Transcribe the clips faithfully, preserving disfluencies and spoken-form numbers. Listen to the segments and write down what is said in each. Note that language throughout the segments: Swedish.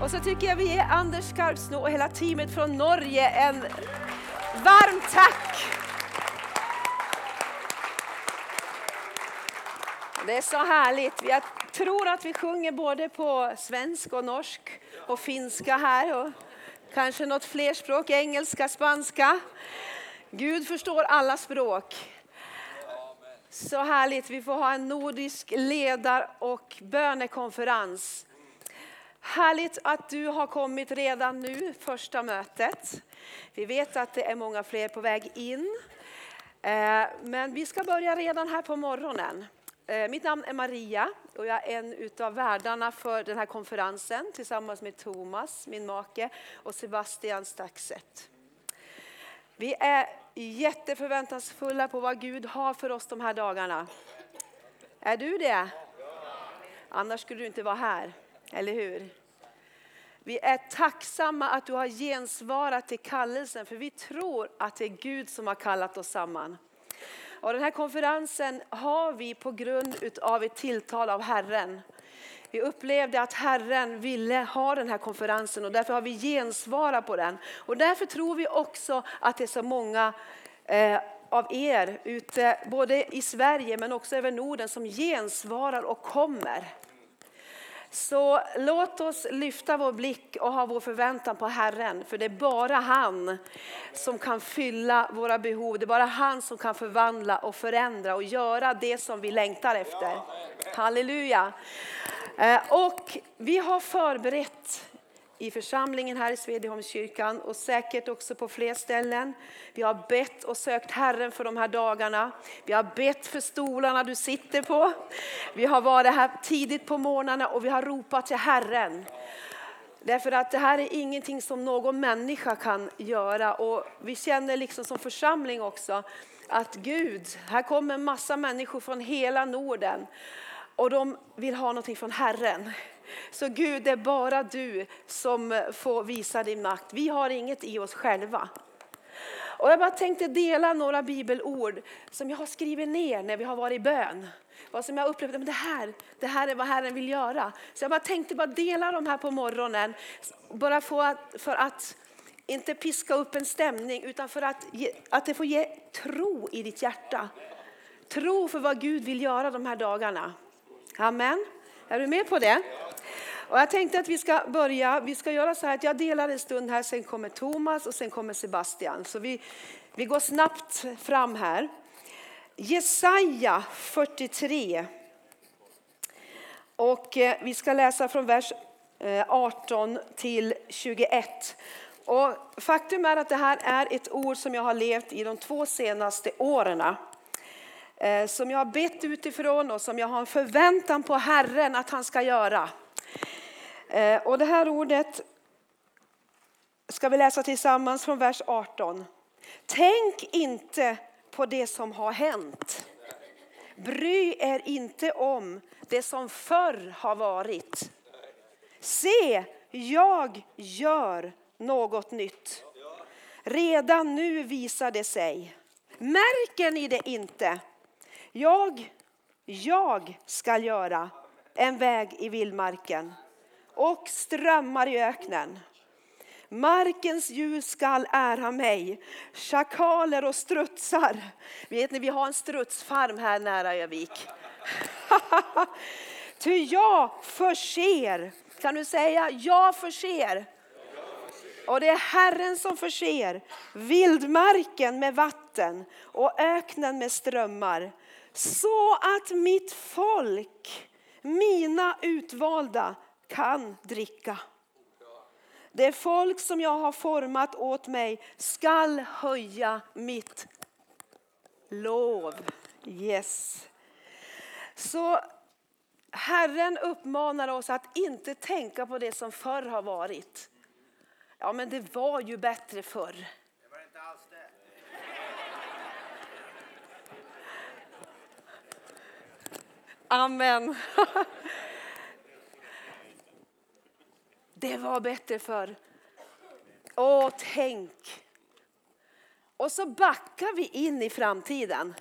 Och så tycker jag vi ger Anders Skarpsno och hela teamet från Norge en varm tack. Det är så härligt. Jag tror att vi sjunger både på svensk och norsk och finska här. Och kanske något fler språk, engelska, spanska. Gud förstår alla språk. Så härligt. Vi får ha en nordisk ledar- och bönekonferens. Härligt att du har kommit redan nu, första mötet. Vi vet att det är många fler på väg in. Men vi ska börja redan här på morgonen. Mitt namn är Maria och jag är en utav värdarna för den här konferensen tillsammans med Thomas, min make, och Sebastian Staxet. Vi är jätteförväntansfulla på vad Gud har för oss de här dagarna. Är du det? Annars skulle du inte vara här, eller hur? Vi är tacksamma att du har gensvarat till kallelsen, för vi tror att det är Gud som har kallat oss samman. Och den här konferensen har vi på grund av ett tilltal av Herren. Vi upplevde att Herren ville ha den här konferensen och därför har vi gensvarat på den. Och därför tror vi också att det är så många eh, av er ute, både i Sverige men också över Norden, som gensvarar och kommer. Så låt oss lyfta vår blick och ha vår förväntan på Herren. För det är bara han som kan fylla våra behov. Det är bara han som kan förvandla och förändra och göra det som vi längtar efter. Halleluja. Och vi har förberett i församlingen här i Svedjeholmskyrkan och säkert också på fler ställen. Vi har bett och sökt Herren för de här dagarna. Vi har bett för stolarna du sitter på. Vi har varit här tidigt på morgnarna och vi har ropat till Herren. Därför att det här är ingenting som någon människa kan göra. Och vi känner liksom som församling också att Gud, här kommer en massa människor från hela Norden. Och de vill ha någonting från Herren. Så Gud, det är bara du som får visa din makt. Vi har inget i oss själva. Och jag bara tänkte dela några bibelord som jag har skrivit ner när vi har varit i bön. Vad som jag upplevde, men det här, det här är vad Herren vill göra. Så jag bara tänkte bara dela de här på morgonen. Bara för att, för att inte piska upp en stämning, utan för att, ge, att det får ge tro i ditt hjärta. Tro för vad Gud vill göra de här dagarna. Amen. Är du med på det? Och jag tänkte att vi ska börja, vi ska göra så här att jag delar en stund här, sen kommer Thomas och sen kommer Sebastian. Så vi, vi går snabbt fram här. Jesaja fyrtiotre. Och vi ska läsa från vers arton till tjugoett. Och faktum är att det här är ett ord som jag har levt i de två senaste åren. Som jag har bett utifrån och som jag har en förväntan på Herren att han ska göra. Och det här ordet ska vi läsa tillsammans från vers arton. Tänk inte på det som har hänt. Bry er inte om det som förr har varit. Se, jag gör något nytt. Redan nu visar det sig. Märker ni det inte? Jag, jag ska göra en väg i vildmarken och strömmar i öknen. Markens djur skall ära mig, schakaler och strutsar. Vet ni, vi har en strutsfarm här nära Övik. Ty jag förser, kan du säga, jag förser. Och det är Herren som förser vildmarken med vatten och öknen med strömmar. Så att mitt folk, mina utvalda, kan dricka. Det folk som jag har format åt mig skall höja mitt lov. Yes. Så Herren uppmanar oss att inte tänka på det som förr har varit. Ja, men det var ju bättre förr. Det var inte alls det. Amen. Det var bättre förr. Åh, tänk. Och så backar vi in i framtiden.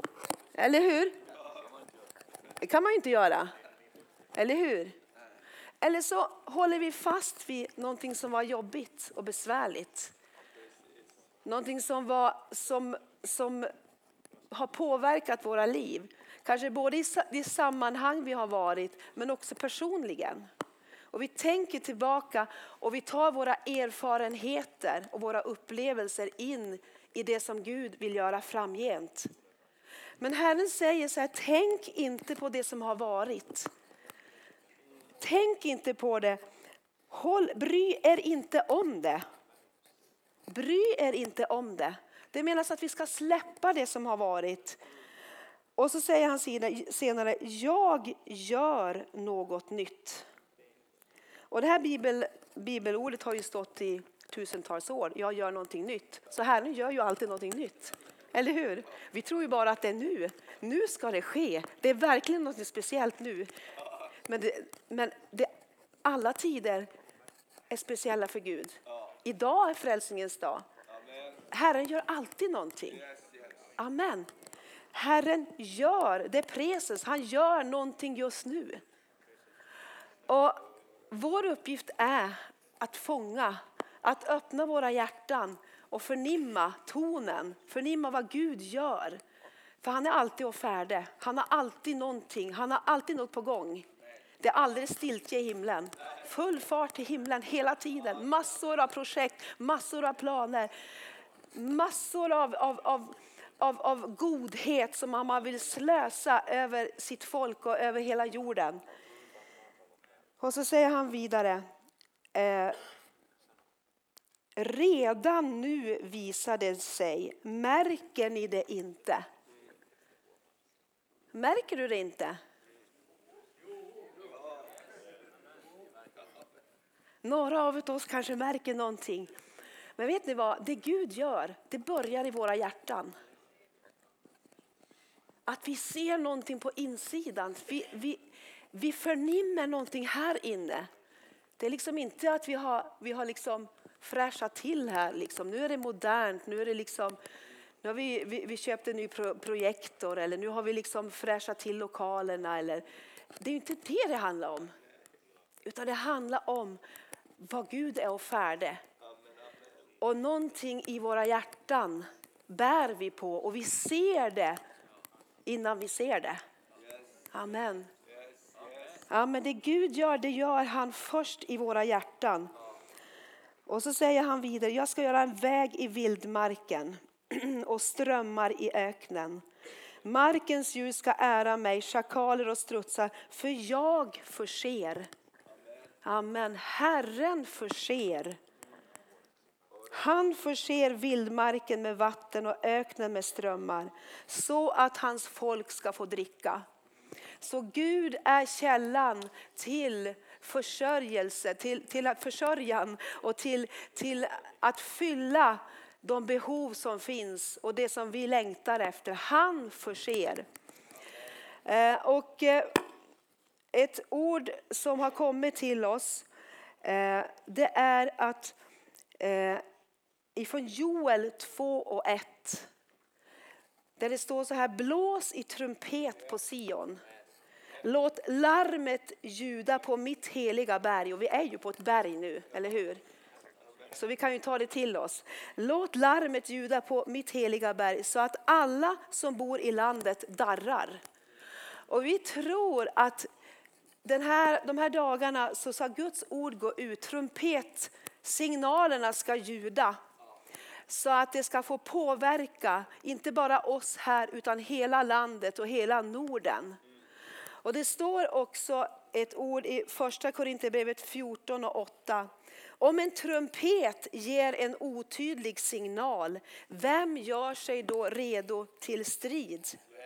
Eller hur? Det kan man ju inte göra. Eller hur? Eller så håller vi fast vid någonting som var jobbigt och besvärligt. Någonting som, var, som, som har påverkat våra liv. Kanske både i det sammanhang vi har varit, men också personligen. Och vi tänker tillbaka och vi tar våra erfarenheter och våra upplevelser in i det som Gud vill göra framgent. Men Herren säger så här, tänk inte på det som har varit. Tänk inte på det. Håll, bry er inte om det. Bry er inte om det. Det menas att vi ska släppa det som har varit. Och så säger han senare, jag gör något nytt. Och det här bibel, bibelordet har ju stått i tusentals år. Jag gör någonting nytt. Så Herren gör ju alltid någonting nytt. Eller hur? Vi tror ju bara att det är nu. Nu ska det ske. Det är verkligen något speciellt nu. Men, det, men det, alla tider är speciella för Gud. Idag är frälsningens dag. Herren gör alltid någonting. Amen. Herren gör, det preses, han gör någonting just nu. Och vår uppgift är att fånga, att öppna våra hjärtan och förnimma tonen, förnimma vad Gud gör. För han är alltid och färdig, han har alltid någonting, han har alltid något på gång. Det är aldrig stiltje i himlen. Full fart till himlen hela tiden. Massor av projekt, massor av planer. Massor av, av, av, av, av godhet som man vill slösa över sitt folk och över hela jorden. Och så säger han vidare. Eh, redan nu visar det sig. Märker ni det inte? Märker du det inte? Några av oss kanske märker någonting. Men vet ni vad? Det Gud gör, det börjar i våra hjärtan. Att vi ser någonting på insidan. Vi, vi, vi förnimmer någonting här inne. Det är liksom inte att vi har, vi har liksom fräschat till här. Liksom. Nu är det modernt. Nu är det liksom... Nu har vi, vi, vi köpt en ny pro, projektor. Eller nu har vi liksom fräschat till lokalerna. Eller, det är inte det det handlar om. Utan det handlar om vad Gud är och färdig. Och någonting i våra hjärtan bär vi på. Och vi ser det innan vi ser det. Amen. Ja, men det Gud gör, det gör han först i våra hjärtan. Och så säger han vidare, jag ska göra en väg i vildmarken och strömmar i öknen. Markens ljus ska ära mig, schakaler och strutsar, för jag förser. Amen. Herren förser. Han förser vildmarken med vatten och öknen med strömmar, så att hans folk ska få dricka. Så Gud är källan till försörjelse, till, till att försörja och till, till att fylla de behov som finns och det som vi längtar efter. Han förser. Eh, och eh, ett ord som har kommit till oss, eh, det är att eh, ifrån Joel två och ett, där det står så här, blås i trumpet på Sion. Låt larmet ljuda på mitt heliga berg. Och vi är ju på ett berg nu, eller hur? Så vi kan ju ta det till oss. Låt larmet ljuda på mitt heliga berg, så att alla som bor i landet darrar. Och vi tror att den här, de här dagarna så ska Guds ord gå ut. Trumpetsignalerna ska ljuda. Så att det ska få påverka, inte bara oss här utan hela landet och hela Norden. Och det står också ett ord i första Korinthierbrevet fjorton och åtta. Om en trumpet ger en otydlig signal, vem gör sig då redo till strid?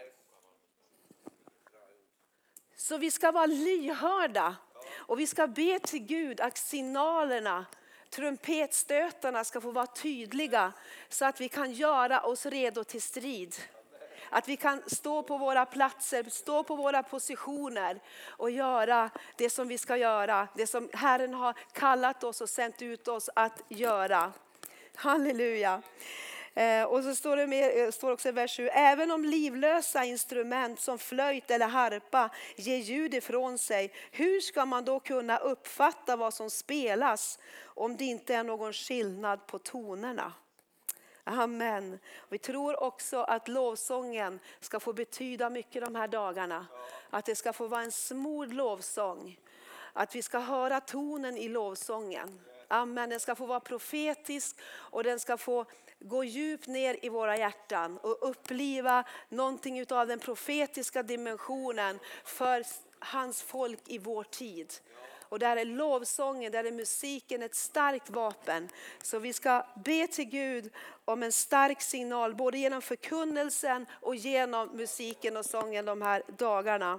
Så vi ska vara lyhörda och vi ska be till Gud att signalerna, trumpetstötarna ska få vara tydliga, så att vi kan göra oss redo till strid. Att vi kan stå på våra platser, stå på våra positioner och göra det som vi ska göra. Det som Herren har kallat oss och sänt ut oss att göra. Halleluja. Eh, och så står det, med, står också i vers sju. Även om livlösa instrument som flöjt eller harpa ger ljud ifrån sig, hur ska man då kunna uppfatta vad som spelas om det inte är någon skillnad på tonerna? Amen. Vi tror också att lovsången ska få betyda mycket de här dagarna. Att det ska få vara en smord lovsång. Att vi ska höra tonen i lovsången. Amen. Den ska få vara profetisk och den ska få gå djupt ner i våra hjärtan och uppliva någonting av den profetiska dimensionen för hans folk i vår tid. Och där är lovsången, där är musiken ett starkt vapen. Så vi ska be till Gud om en stark signal både genom förkunnelsen och genom musiken och sången de här dagarna.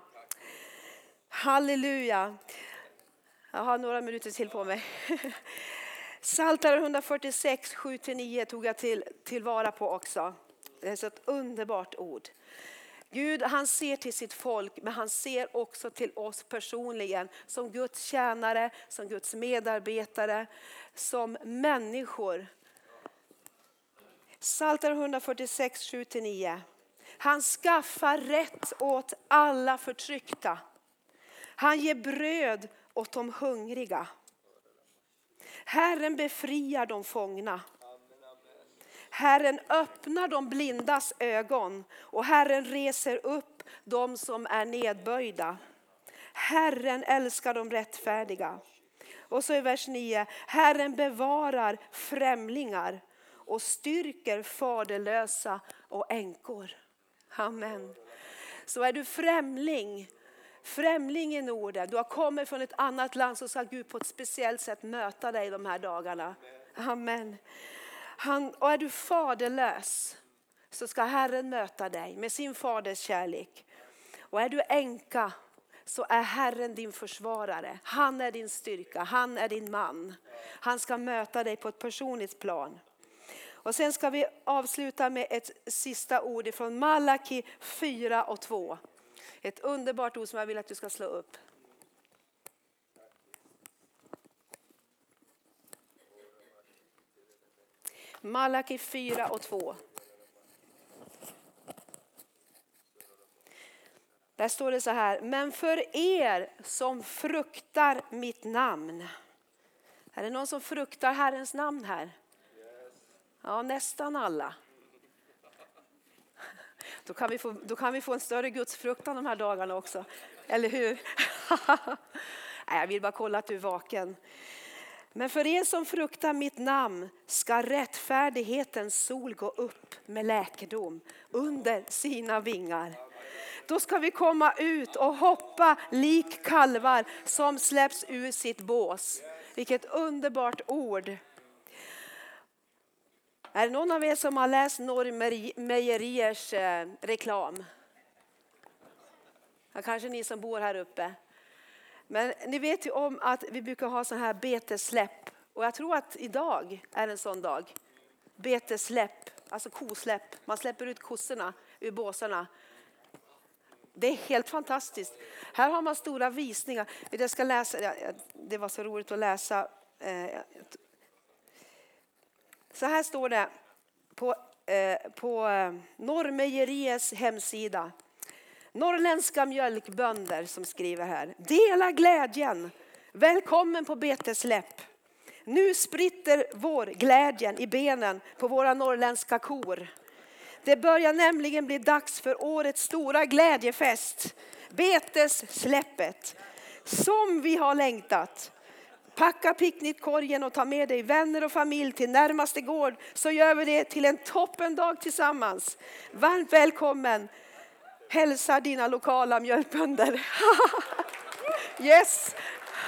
Halleluja. Jag har några minuter till på mig. Psaltaren hundrafyrtiosex, sju till nio tog jag till, tillvara på också. Det är så ett underbart ord. Gud, han ser till sitt folk, men han ser också till oss personligen. Som Guds tjänare, som Guds medarbetare, som människor. Psaltaren hundrafyrtiosex, sju till nio. Han skaffar rätt åt alla förtryckta. Han ger bröd åt de hungriga. Herren befriar de fångna. Herren öppnar de blindas ögon och Herren reser upp de som är nedböjda. Herren älskar de rättfärdiga. Och så i vers nio. Herren bevarar främlingar och styrker faderlösa och änkor. Amen. Så är du främling, främling i Norden, du har kommit från ett annat land, så ska Gud på ett speciellt sätt möta dig de här dagarna. Amen. Han, och är du faderlös, så ska Herren möta dig med sin faders kärlek. Och är du änka, så är Herren din försvarare. Han är din styrka, han är din man. Han ska möta dig på ett personligt plan. Och sen ska vi avsluta med ett sista ord från Malaki fyra och två. Ett underbart ord som jag vill att du ska slå upp. Malaki fyra och två. Där står det så här. Men för er som fruktar mitt namn. Är det någon som fruktar Herrens namn här? Ja, nästan alla. Då kan vi få, då kan vi få en större gudsfruktan de här dagarna också. Eller hur? Nej, jag vill bara kolla att du är vaken. Men för er som fruktar mitt namn ska rättfärdighetens sol gå upp med läkedom under sina vingar. Då ska vi komma ut och hoppa lik kalvar som släpps ur sitt bås. Vilket underbart ord. Är det någon av er som har läst Norrmejeriers eh, reklam? Ja, kanske ni som bor här uppe. Men ni vet ju om att vi brukar ha sån här betesläpp. Och jag tror att idag är en sån dag. Betesläpp, alltså kosläpp. Man släpper ut kossorna ur båsarna. Det är helt fantastiskt. Här har man stora visningar. Jag ska läsa, det var så roligt att läsa. Så här står det på, på Norrmejeriers hemsida. Norrländska mjölkbönder som skriver här. Dela glädjen. Välkommen på betesläpp. Nu spritter vår glädjen i benen på våra norrländska kor. Det börjar nämligen bli dags för årets stora glädjefest. Betessläppet. Som vi har längtat. Packa picknickkorgen och ta med dig vänner och familj till närmaste gård. Så gör vi det till en toppendag tillsammans. Varmt välkommen. Hälsa dina lokala mjölkbönder. Yes.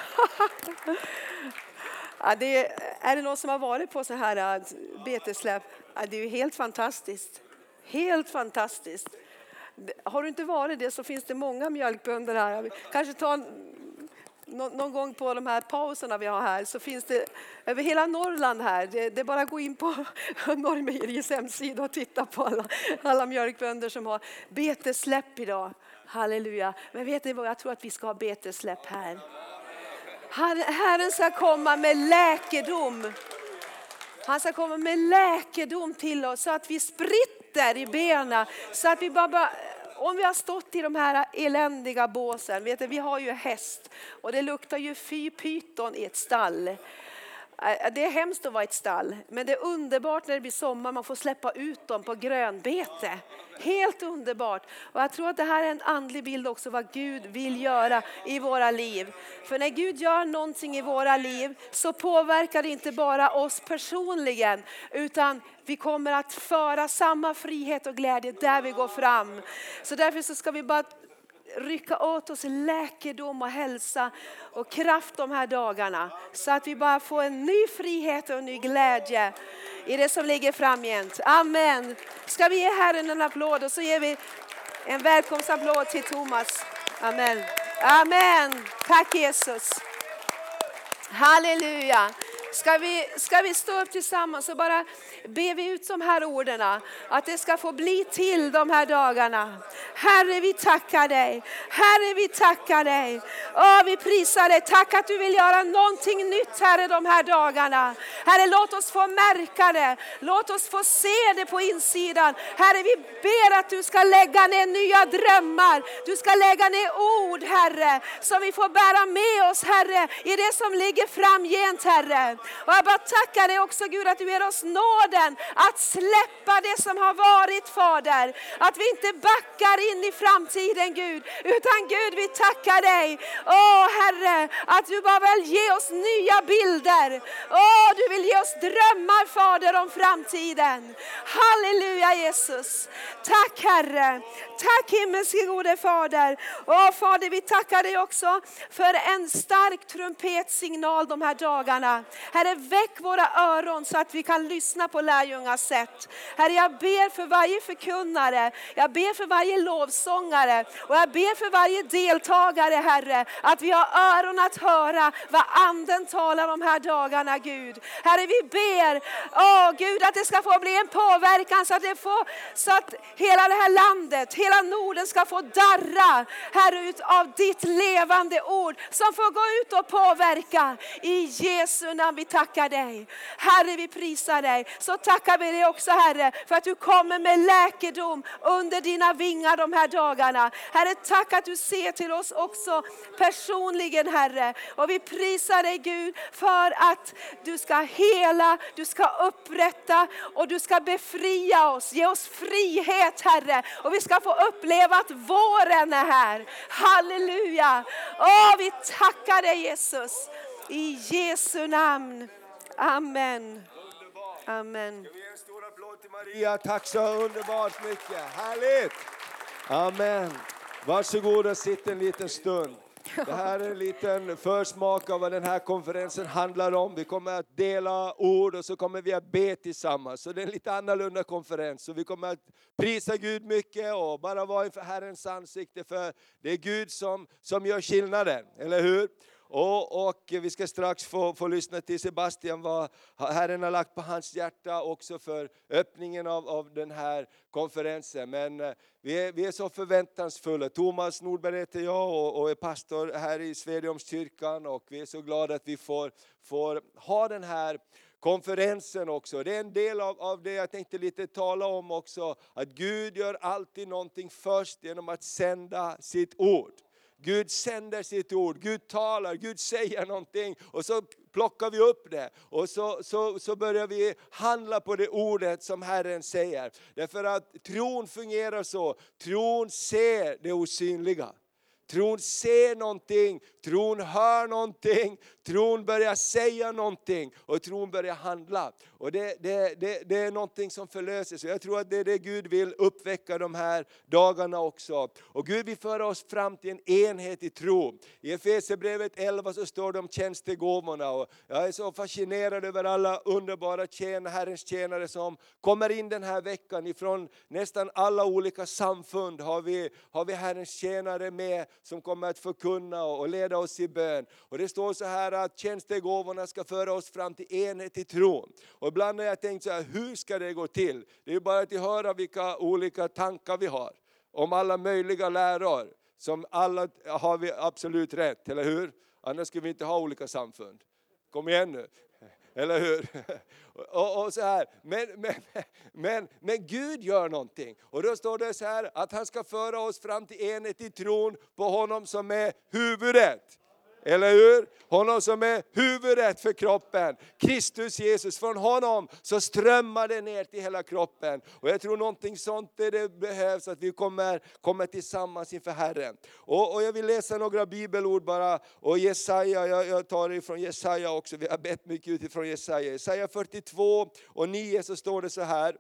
Ja, det är, är det någon som har varit på så här betesläpp? Ja, det är ju helt fantastiskt. Helt fantastiskt. Har du inte varit det så finns det många mjölkbönder här. Kanske ta någon gång på de här pauserna vi har här, så finns det över hela Norrland här. Det, det är bara att gå in på Norrmejeriers hemsida och titta på alla, alla mjölkbönder som har betesläpp idag. Halleluja. Men vet ni vad, jag tror att vi ska ha betesläpp här. Herren ska komma med läkedom. Han ska komma med läkedom till oss så att vi spritter i benen. Så att vi bara, bara om vi har stått i de här eländiga båsen, vet du, vi har ju häst och det luktar ju fy pyton i ett stall. Det är hemskt att vara i ett stall, men det är underbart när det blir sommar, man får släppa ut dem på grönbete. Helt underbart. Och jag tror att det här är en andlig bild också vad Gud vill göra i våra liv. För när Gud gör någonting i våra liv så påverkar det inte bara oss personligen, utan vi kommer att föra samma frihet och glädje där vi går fram. Så därför så ska vi bara rycka åt oss läkedom och hälsa och kraft de här dagarna. Så att vi bara får en ny frihet och en ny glädje i det som ligger framgent. Amen. Ska vi ge Herren en applåd och så ger vi en välkomstapplåd till Thomas. Amen. Amen. Tack Jesus. Halleluja. Ska vi, ska vi stå upp tillsammans och bara be vi ut de här orden, att det ska få bli till de här dagarna. Herre, vi tackar dig. Herre, vi tackar dig. Åh, vi prisar dig. Tack att du vill göra någonting nytt, Herre, de här dagarna. Herre, låt oss få märka det. Låt oss få se det på insidan. Herre, vi ber att du ska lägga ner nya drömmar. Du ska lägga ner ord, Herre, som vi får bära med oss, Herre, i det som ligger framgent, Herre. Och jag bara tackar dig också, Gud, att du ger oss nåden att släppa det som har varit, Fader. Att vi inte backar in i framtiden, Gud, utan Gud, vi tackar dig. Åh, Herre, att du bara vill ge oss nya bilder. Åh, du vill ge oss drömmar, Fader, om framtiden. Halleluja, Jesus. Tack, Herre. Tack, himmelske gode Fader. Åh, Fader, vi tackar dig också för en stark trumpetsignal de här dagarna. Herre, väck våra öron så att vi kan lyssna på lärjungas sätt. Herre, jag ber för varje förkunnare. Jag ber för varje lovsångare. Och jag ber för varje deltagare, Herre, att vi har öron att höra vad anden talar om här dagarna, Gud. Herre, vi ber, åh Gud, att det ska få bli en påverkan så att, det får, så att hela det här landet, hela Norden ska få darra, Herre, ut av ditt levande ord som får gå ut och påverka. I Jesu namn vi tackar dig. Herre, vi prisar dig. Så tackar vi dig också, Herre, för att du kommer med läkedom under dina vingar de här dagarna. Herre, tack att du ser till oss också personligen, Herre. Och vi prisar dig, Gud, för att du ska hela, du ska upprätta och du ska befria oss. Ge oss frihet, Herre. Och vi ska få uppleva att våren är här. Halleluja. Åh, vi tackar dig, Jesus. I Jesu namn. Amen. Amen. Ska vi ge en stor applåd till Maria. Tack så underbart mycket. Härligt. Amen. Varsågod och sitt en liten stund. Det här är en liten försmak av vad den här konferensen handlar om. Vi kommer att dela ord och så kommer vi att be tillsammans. Så det är en lite annorlunda konferens. Så vi kommer att prisa Gud mycket och bara vara inför Herrens ansikte. För det är Gud som, som gör skillnaden, eller hur? Och, och vi ska strax få, få lyssna till Sebastian vad Herren har lagt på hans hjärta också för öppningen av, av den här konferensen. Men vi är, vi är så förväntansfulla. Thomas Nordberg heter jag och, och är pastor här i Svedjeholmskyrkan. Och vi är så glada att vi får, får ha den här konferensen också. Det är en del av, av det jag tänkte lite tala om också. Att Gud gör alltid någonting först genom att sända sitt ord. Gud sänder sitt ord, Gud talar, Gud säger någonting och så plockar vi upp det. Och så, så, så börjar vi handla på det ordet som Herren säger. Därför att tron fungerar så, tron ser det osynliga. Tron ser någonting, tron hör någonting, tron börjar säga någonting och tron börjar handla. Och det, det, det, det är någonting som förlöses. Jag tror att det är det Gud vill uppväcka de här dagarna också. Och Gud vill föra oss fram till en enhet i tro. I Efesierbrevet elva så står det om tjänstegåvorna. Och jag är så fascinerad över alla underbara tjänare, Herrens tjänare som kommer in den här veckan. Ifrån nästan alla olika samfund har vi, har vi Herrens tjänare med som kommer att förkunna och leda oss i bön. Och det står så här att tjänstegåvorna ska föra oss fram till enhet i tron. Och ibland har jag tänkt så här, hur ska det gå till? Det är bara att höra vilka olika tankar vi har. Om alla möjliga läror. Som alla har vi absolut rätt, eller hur? Annars ska vi inte ha olika samfund. Kom igen nu. Eller hur? Och, och så här. Men, men, men, men Gud gör någonting. Och då står det så här att han ska föra oss fram till enhet i tron på honom som är huvudet. Eller hur? Honom som är huvudet för kroppen. Kristus Jesus. Från honom så strömmar det ner till hela kroppen. Och jag tror någonting sånt det behövs. Att vi kommer, kommer tillsammans inför Herren. Och, och jag vill läsa några bibelord bara. Och Jesaja, jag, jag tar det från Jesaja också. Vi har bett mycket utifrån Jesaja. Jesaja fyrtiotvå och nio så står det så här.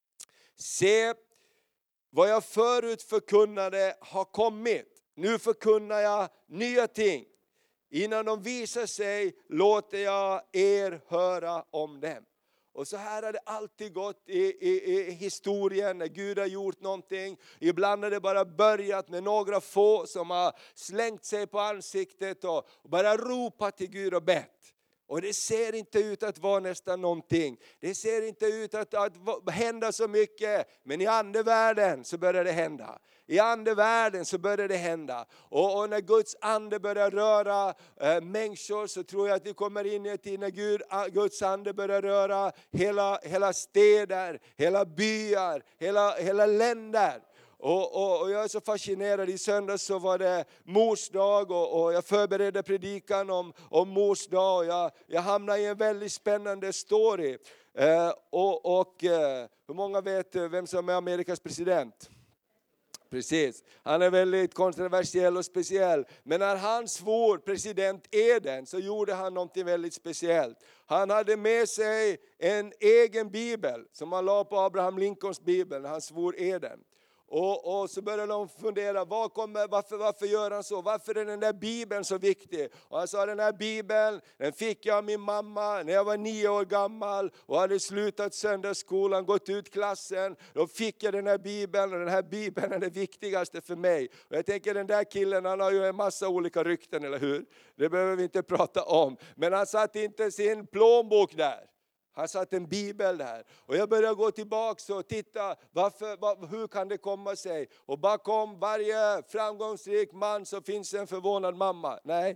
Se, vad jag förut förkunnade har kommit. Nu förkunnar jag nya ting. Innan de visar sig låter jag er höra om dem. Och så här har det alltid gått i, i, i historien när Gud har gjort någonting. Ibland har det bara börjat med några få som har slängt sig på ansiktet och bara ropat till Gud och bett. Och det ser inte ut att vara nästan någonting. Det ser inte ut att, att hända så mycket. Men i andevärlden så börjar det hända. I andevärlden så börjar det hända. Och, och när Guds ande börjar röra äh, människor så tror jag att vi kommer in i en tid när Gud, Guds ande börjar röra hela, hela städer, hela byar, hela, hela länder. Och, och, och jag är så fascinerad. I söndags så var det mors dag och, och jag förberedde predikan om, om mors dag. Och jag, jag hamnade i en väldigt spännande story. Eh, och och eh, hur många vet vem som är Amerikas president? Precis. Han är väldigt kontroversiell och speciell. Men när han svor president Eden så gjorde han något väldigt speciellt. Han hade med sig en egen bibel som han la på Abraham Lincolns bibel när han svor Eden. Och, och så började de fundera, vad kommer, varför, varför gör han så? Varför är den där bibeln så viktig? Och han sa, den här bibeln, den fick jag av min mamma när jag var nio år gammal. Och hade slutat söndagsskolan, gått ut klassen. Då fick jag den här bibeln och den här bibeln är det viktigaste för mig. Och jag tänker, den där killen, han har ju en massa olika rykten, eller hur? Det behöver vi inte prata om. Men han satt inte sin plånbok där. Han satt en bibel där. Och jag började gå tillbaka och titta. Varför, var, hur kan det komma sig? Och bakom varje framgångsrik man så finns en förvånad mamma. Nej.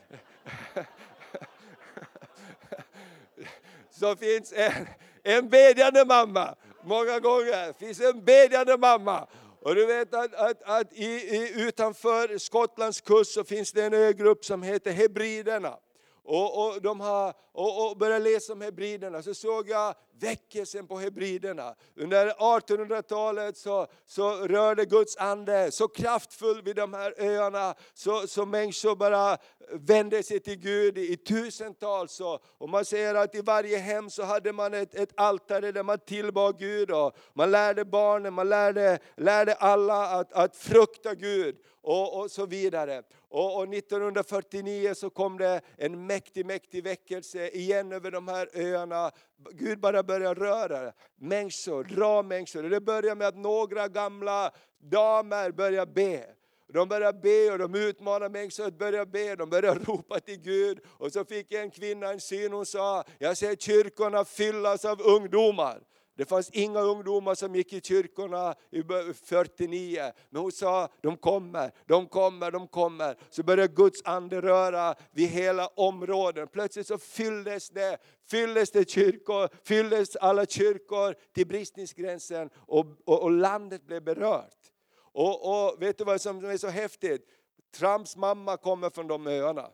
Så finns en, en bedjande mamma. Många gånger finns en bedjande mamma. Och du vet att, att, att i, i, utanför Skottlands kust så finns det en ögrupp som heter Hebriderna. Och, och, de har, och, och började läsa om hebriderna. Så såg jag väckelsen på hebriderna. Under artonhundratalet så, så rörde Guds ande så kraftfull vid de här öarna. Så, så människor bara vände sig till Gud i, i tusentals. Och, och man ser att i varje hem så hade man ett, ett altare där man tillbad Gud. Och man lärde barnen, man lärde, lärde alla att, att frukta Gud. Och, och så vidare. Och, och nittonhundrafyrtionio så kom det en mäktig, mäktig väckelse igen över de här öarna. Gud bara började röra människor, dra människor. Och det började med att några gamla damer började be. De började be och de utmanade människor att börja be. De började ropa till Gud. Och så fick en kvinna en syn. Hon sa, jag ser kyrkorna fyllas av ungdomar. Det fanns inga ungdomar som gick i kyrkorna i fyrtionio. Men hon sa, de kommer, de kommer, de kommer. Så började Guds ande röra vid hela områden. Plötsligt så fylldes det, fylldes det kyrkor, fylldes alla kyrkor till bristningsgränsen. Och, och, och landet blev berört. Och, och vet du vad som är så häftigt? Trumps mamma kommer från de öarna.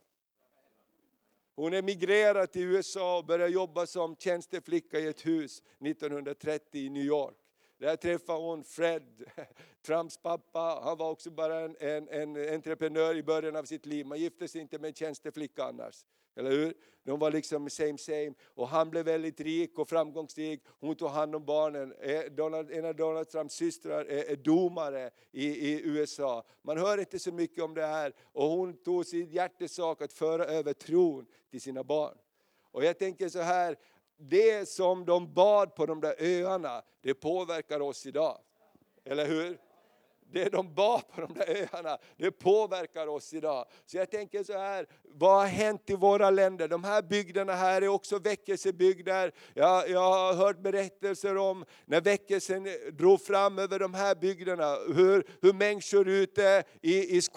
Hon emigrerade till U S A och började jobba som tjänsteflicka i ett hus nittonhundratrettio i New York. Där träffade hon Fred, Trumps pappa. Han var också bara en, en, en entreprenör i början av sitt liv. Man gifte sig inte med en tjänsteflicka annars. Eller hur? De var liksom same same. Och han blev väldigt rik och framgångsrik. Hon tog hand om barnen. Donald, en av Donald Trumps systrar är, är domare i, i U S A. Man hör inte så mycket om det här. Och hon tog sin hjärtesak att föra över tron till sina barn. Och jag tänker så här. Det som de bad på de där öarna, det påverkar oss idag. Eller hur? Det de bad på de där öarna, det påverkar oss idag. Så jag tänker så här, vad har hänt i våra länder? De här bygderna här är också väckelsebygder. Jag, jag har hört berättelser om när väckelsen drog fram över de här bygderna. Hur, hur människor ute i, i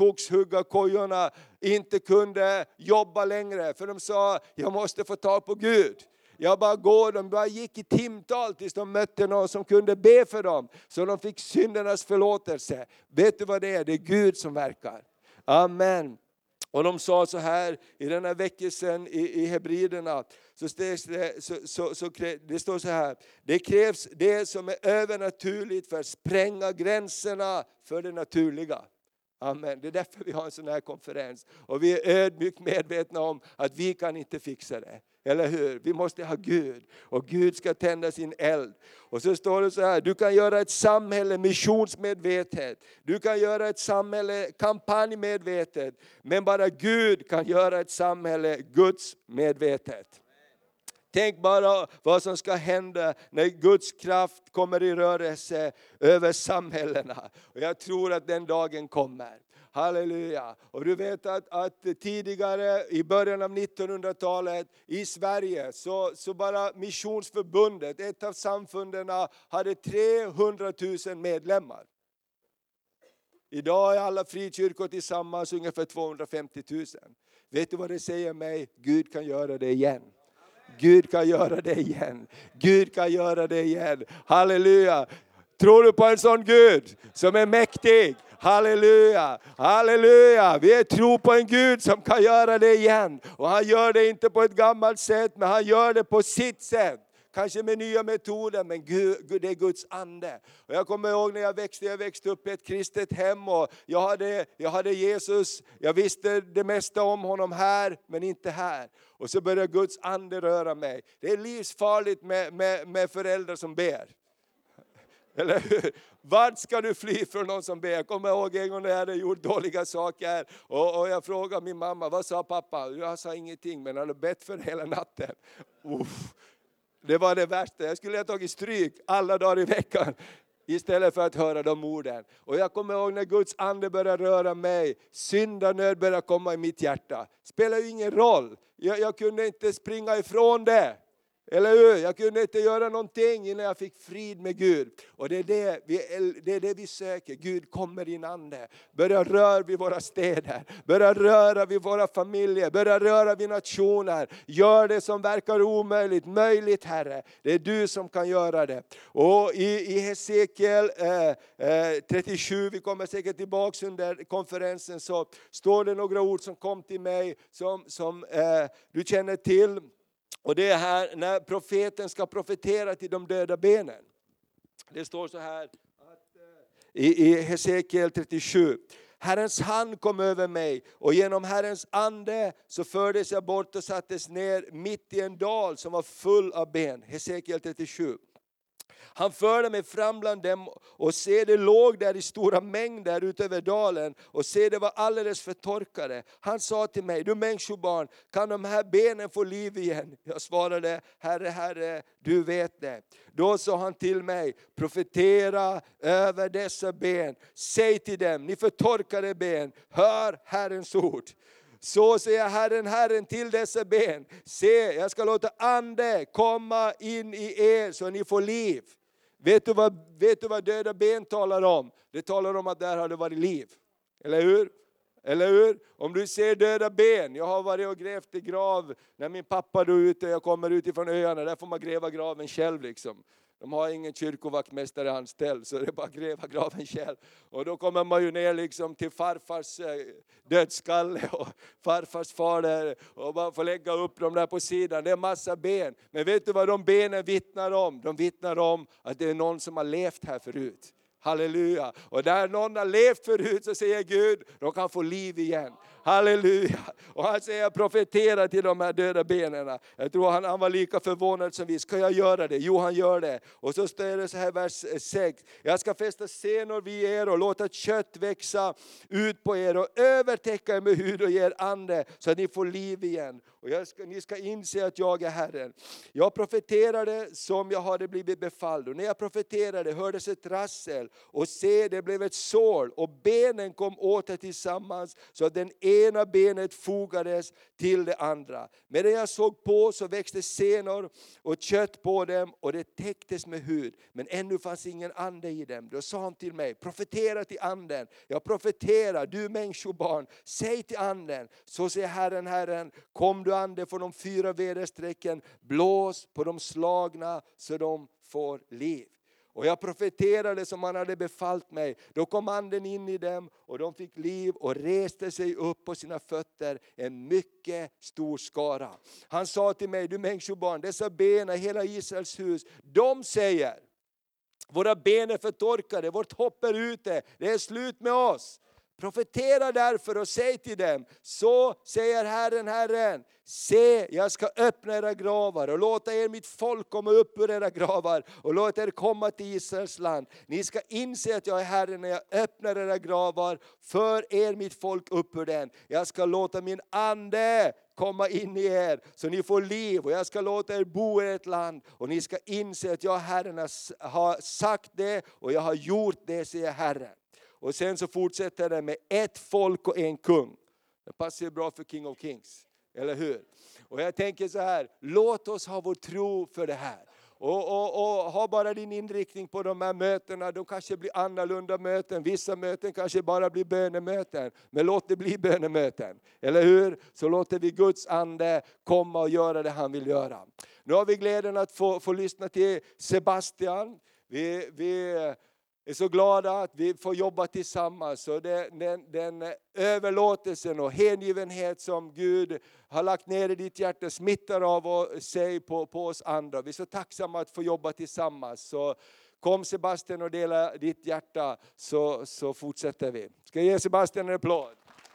skogshuggarkojorna inte kunde jobba längre. För de sa, jag måste få tag på Gud. Jag bara går, de bara gick i timtal tills de mötte någon som kunde be för dem. Så de fick syndernas förlåtelse. Vet du vad det är? Det är Gud som verkar. Amen. Och de sa så här i den här väckelsen i, i Hebriderna. Så, det, så, så, så det står så här. Det krävs det som är övernaturligt för att spränga gränserna för det naturliga. Amen. Det är därför vi har en sån här konferens. Och vi är ödmjukt medvetna om att vi kan inte fixa det. Eller hur? Vi måste ha Gud. Och Gud ska tända sin eld. Och så står det så här. Du kan göra ett samhälle missionsmedvetet. Du kan göra ett samhälle kampanjmedvetet. Men bara Gud kan göra ett samhälle Guds medvetet. Tänk bara vad som ska hända när Guds kraft kommer i rörelse över samhällena. Och jag tror att den dagen kommer. Halleluja. Och du vet att, att tidigare i början av nittonhundratalet i Sverige så, så bara Missionsförbundet, ett av samfunden, hade trehundratusen medlemmar. Idag är alla frikyrkor tillsammans ungefär tvåhundrafemtiotusen. Vet du vad det säger mig? Gud kan göra det igen. Gud kan göra det igen. Gud kan göra det igen. Halleluja. Tror du på en sån Gud som är mäktig? Halleluja, halleluja. Vi tror på en Gud som kan göra det igen. Och han gör det inte på ett gammalt sätt, men han gör det på sitt sätt. Kanske med nya metoder, men Gud, det är Guds ande. Och jag kommer ihåg när jag växte, jag växte upp i ett kristet hem. Och jag, hade, jag hade Jesus, jag visste det mesta om honom här, men inte här. Och så började Guds ande röra mig. Det är livsfarligt med, med, med föräldrar som ber. Eller hur? Vart ska du fly från någon som ber? Jag kommer ihåg en gång när jag hade gjort dåliga saker. Och, och jag frågade min mamma, vad sa pappa? Jag sa ingenting, men han hade bett för hela natten. Uff. Det var det värsta. Jag skulle ha tagit stryk alla dagar i veckan. Istället för att höra de orden. Och jag kommer ihåg när Guds ande började röra mig. Syndanöd började komma i mitt hjärta. Spelar ju ingen roll. Jag, jag kunde inte springa ifrån det. Eller hur? Jag kunde inte göra någonting innan jag fick frid med Gud. Och det är det vi, det är det vi söker. Gud kommer in ande. Börja röra vid våra städer. Börja röra vid våra familjer. Börja röra vid nationer. Gör det som verkar omöjligt. Möjligt, Herre. Det är du som kan göra det. Och i, i Hesekiel eh, eh, trettiosju, vi kommer säkert tillbaka under konferensen, så står det några ord som kom till mig som, som eh, du känner till. Och det är här när profeten ska profetera till de döda benen. Det står så här att, i, i Hesekiel trettiosju. Herrens hand kom över mig och genom Herrens ande så fördes jag bort och sattes ner mitt i en dal som var full av ben. Hesekiel trettiosju. Han förde mig fram bland dem och se det låg där i stora mängder utöver dalen och se det var alldeles förtorkade. Han sa till mig, du människobarn, kan de här benen få liv igen? Jag svarade, Herre, Herre, du vet det. Då sa han till mig, profetera över dessa ben. Säg till dem, ni förtorkade ben, hör Herrens ord. Så säger Herren, Herren till dessa ben. Se, jag ska låta ande komma in i er så ni får liv. Vet du vad, vet du vad döda ben talar om? Det talar om att där har det varit liv. Eller hur? Eller hur? Om du ser döda ben. Jag har varit och grävt i grav. När min pappa då ute, jag kommer utifrån öarna. Där får man gräva graven själv liksom. De har ingen kyrkovaktmästare anställd, så det är bara att gräva graven själv. Och då kommer man ju ner liksom till farfars dödskalle och farfars fader och man får lägga upp dem där på sidan. Det är massa ben. Men vet du vad de benen vittnar om? De vittnar om att det är någon som har levt här förut. Halleluja. Och där någon har levt förut så säger Gud, de kan få liv igen. Halleluja. Och han säger, profetera till de här döda benen. Jag tror han, han var lika förvånad som vi. Ska jag göra det? Jo, han gör det. Och så står det så här vers sex. Jag ska fästa senor vid er och låta kött växa ut på er och övertäcka er med hud och ge er ande så att ni får liv igen. Och jag ska, ni ska inse att jag är Herren. Jag profeterade som jag hade blivit befalld. Och när jag profeterade hördes ett rassel. Och se, det blev ett sår. Och benen kom åter tillsammans så att den ena benet fogades till det andra. Medan jag såg på så växte senor och kött på dem och det täcktes med hud. Men ännu fanns ingen ande i dem. Då sa han till mig, profetera till anden. Jag profeterar, du människobarn, säg till anden. Så säger Herren, Herren, kom du ande från de fyra väderstrecken, blås på de slagna så de får liv. Och jag profeterade som han hade befallt mig. Då kom anden in i dem och de fick liv och reste sig upp på sina fötter. En mycket stor skara. Han sa till mig, du människobarn, dessa ben i hela Israels hus, de säger, våra ben är förtorkade, vårt hopp är ute, det är slut med oss. Profetera därför och säg till dem, så säger Herren, Herren, se, jag ska öppna era gravar och låta er mitt folk komma upp ur era gravar och låta er komma till Israels land. Ni ska inse att jag är Herren när jag öppnar era gravar för er mitt folk upp ur den. Jag ska låta min ande komma in i er så ni får liv och jag ska låta er bo i ett land och ni ska inse att jag Herren har sagt det och jag har gjort det, säger Herren. Och sen så fortsätter det med ett folk och en kung. Det passar ju bra för King of Kings, eller hur? Och jag tänker så här, låt oss ha vår tro för det här. Och, och, och ha bara din inriktning på de här mötena. De kanske blir annorlunda möten. Vissa möten kanske bara blir bönemöten. Men låt det bli bönemöten. Eller hur? Så låter vi Guds ande komma och göra det han vill göra. Nu har vi glädjen att få, få lyssna till Sebastian. Vi... vi är så glada att vi får jobba tillsammans. Så det, den, den överlåtelsen och hängivenhet som Gud har lagt ner i ditt hjärta smittar av sig på, på oss andra. Vi är så tacksamma att få jobba tillsammans. Så kom Sebastian och dela ditt hjärta, så, så fortsätter vi. Ska jag ge Sebastian en applåd?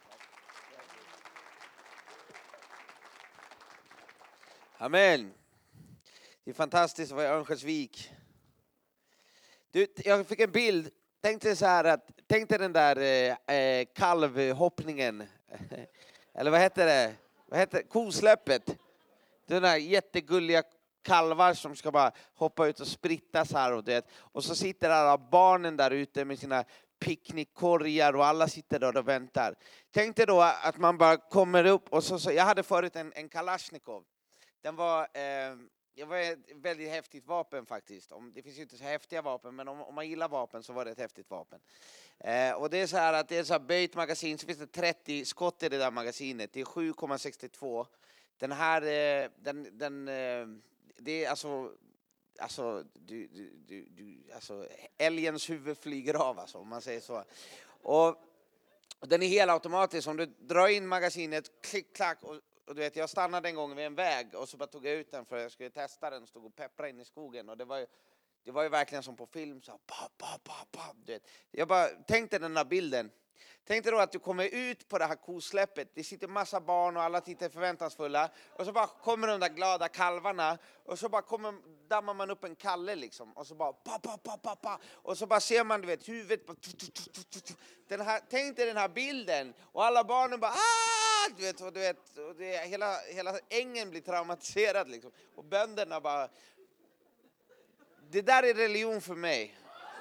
Amen. Det är fantastiskt att vara i Örnsköldsvik. Du, jag fick en bild. Tänk dig så här att, tänk dig den där eh, kalvhoppningen. Eller vad heter det? Vad heter det? Kosläppet. Den där jättegulliga kalvar som ska bara hoppa ut och sprittas här. Och, det. Och så sitter alla barnen där ute med sina picknickkorgar och alla sitter där och väntar. Tänk dig då att man bara kommer upp och så, så jag hade förut en, en Kalashnikov. Den var... Eh, Det var ett väldigt häftigt vapen faktiskt. Det finns ju inte så häftiga vapen, men om, om man gillar vapen så var det ett häftigt vapen. Eh, och det är så här att det är så här böjt magasin, så finns det trettio skott i det där magasinet. Det är sju komma sextiotvå. Den här, eh, den, den, eh, det är alltså, alltså, du, du, du, du, alltså, älgens huvud flyger av, alltså, om man säger så. Och den är helautomatisk. Om du drar in magasinet, klick, klack, och Och du vet, jag stannade en gång vid en väg och så bara tog jag ut den för att jag skulle testa den och stod och peppra in i skogen. Och det var ju, det var ju verkligen som på film. Så, pa, pa, pa, pa, du vet. Jag bara tänkte den där bilden. Tänkte då att du kommer ut på det här kosläppet. Det sitter massa barn och alla tittar förväntansfulla. Och så bara kommer de där glada kalvarna. Och så bara kommer, dammar man upp en kalle liksom. Och så bara pa, pa, pa, pa, pa. Och så bara ser man, du vet, huvudet. Bara, den här, tänk dig den här bilden. Och alla barnen bara ah! Du vet, och du vet, och det, hela, hela ängen blir traumatiserad liksom. Och bönderna bara... Det där är religion för mig.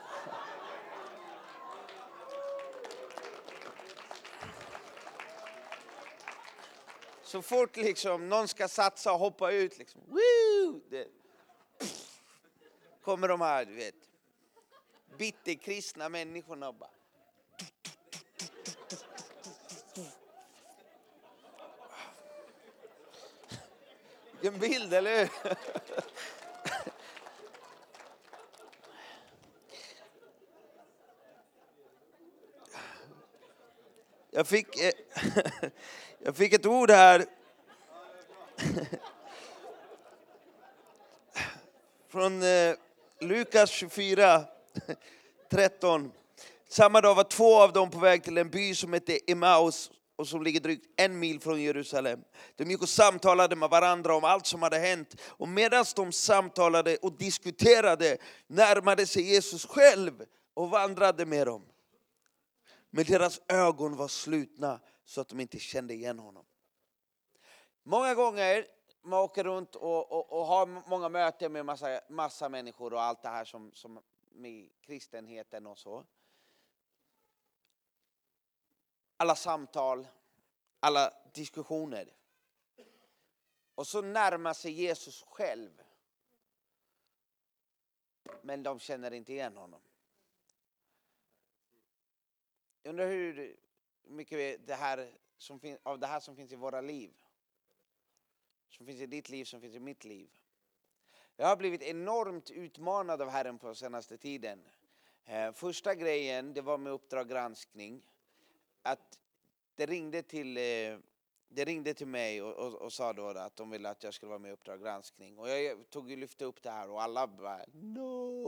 Så fort liksom någon ska satsa och hoppa ut liksom. Woo! Det, kommer de här, du vet. Bitterkristna människorna och bara... Vilken bild, eller hur? Jag fick, eh, jag fick ett ord här. Från eh, Lukas tjugofyra, tretton. Samma dag var två av dem på väg till en by som heter Emmaus och som ligger drygt en mil från Jerusalem. De gick och samtalade med varandra om allt som hade hänt. Och medan de samtalade och diskuterade närmade sig Jesus själv och vandrade med dem. Men deras ögon var slutna så att de inte kände igen honom. Många gånger man åker runt och, och, och har många möten med massa, massa människor och allt det här som, som med kristenheten och så. Alla samtal, alla diskussioner. Och så närmar sig Jesus själv. Men de känner inte igen honom. Jag undrar hur mycket det här som fin- av det här som finns i våra liv. Som finns i ditt liv, som finns i mitt liv. Jag har blivit enormt utmanad av Herren på senaste tiden. Eh, första grejen, det var med Uppdrag granskning. Att det ringde till, eh, det ringde till mig och, och, och sa då att de ville att jag skulle vara med i Uppdrag granskning. Och jag tog och lyfte upp det här och alla bara, no!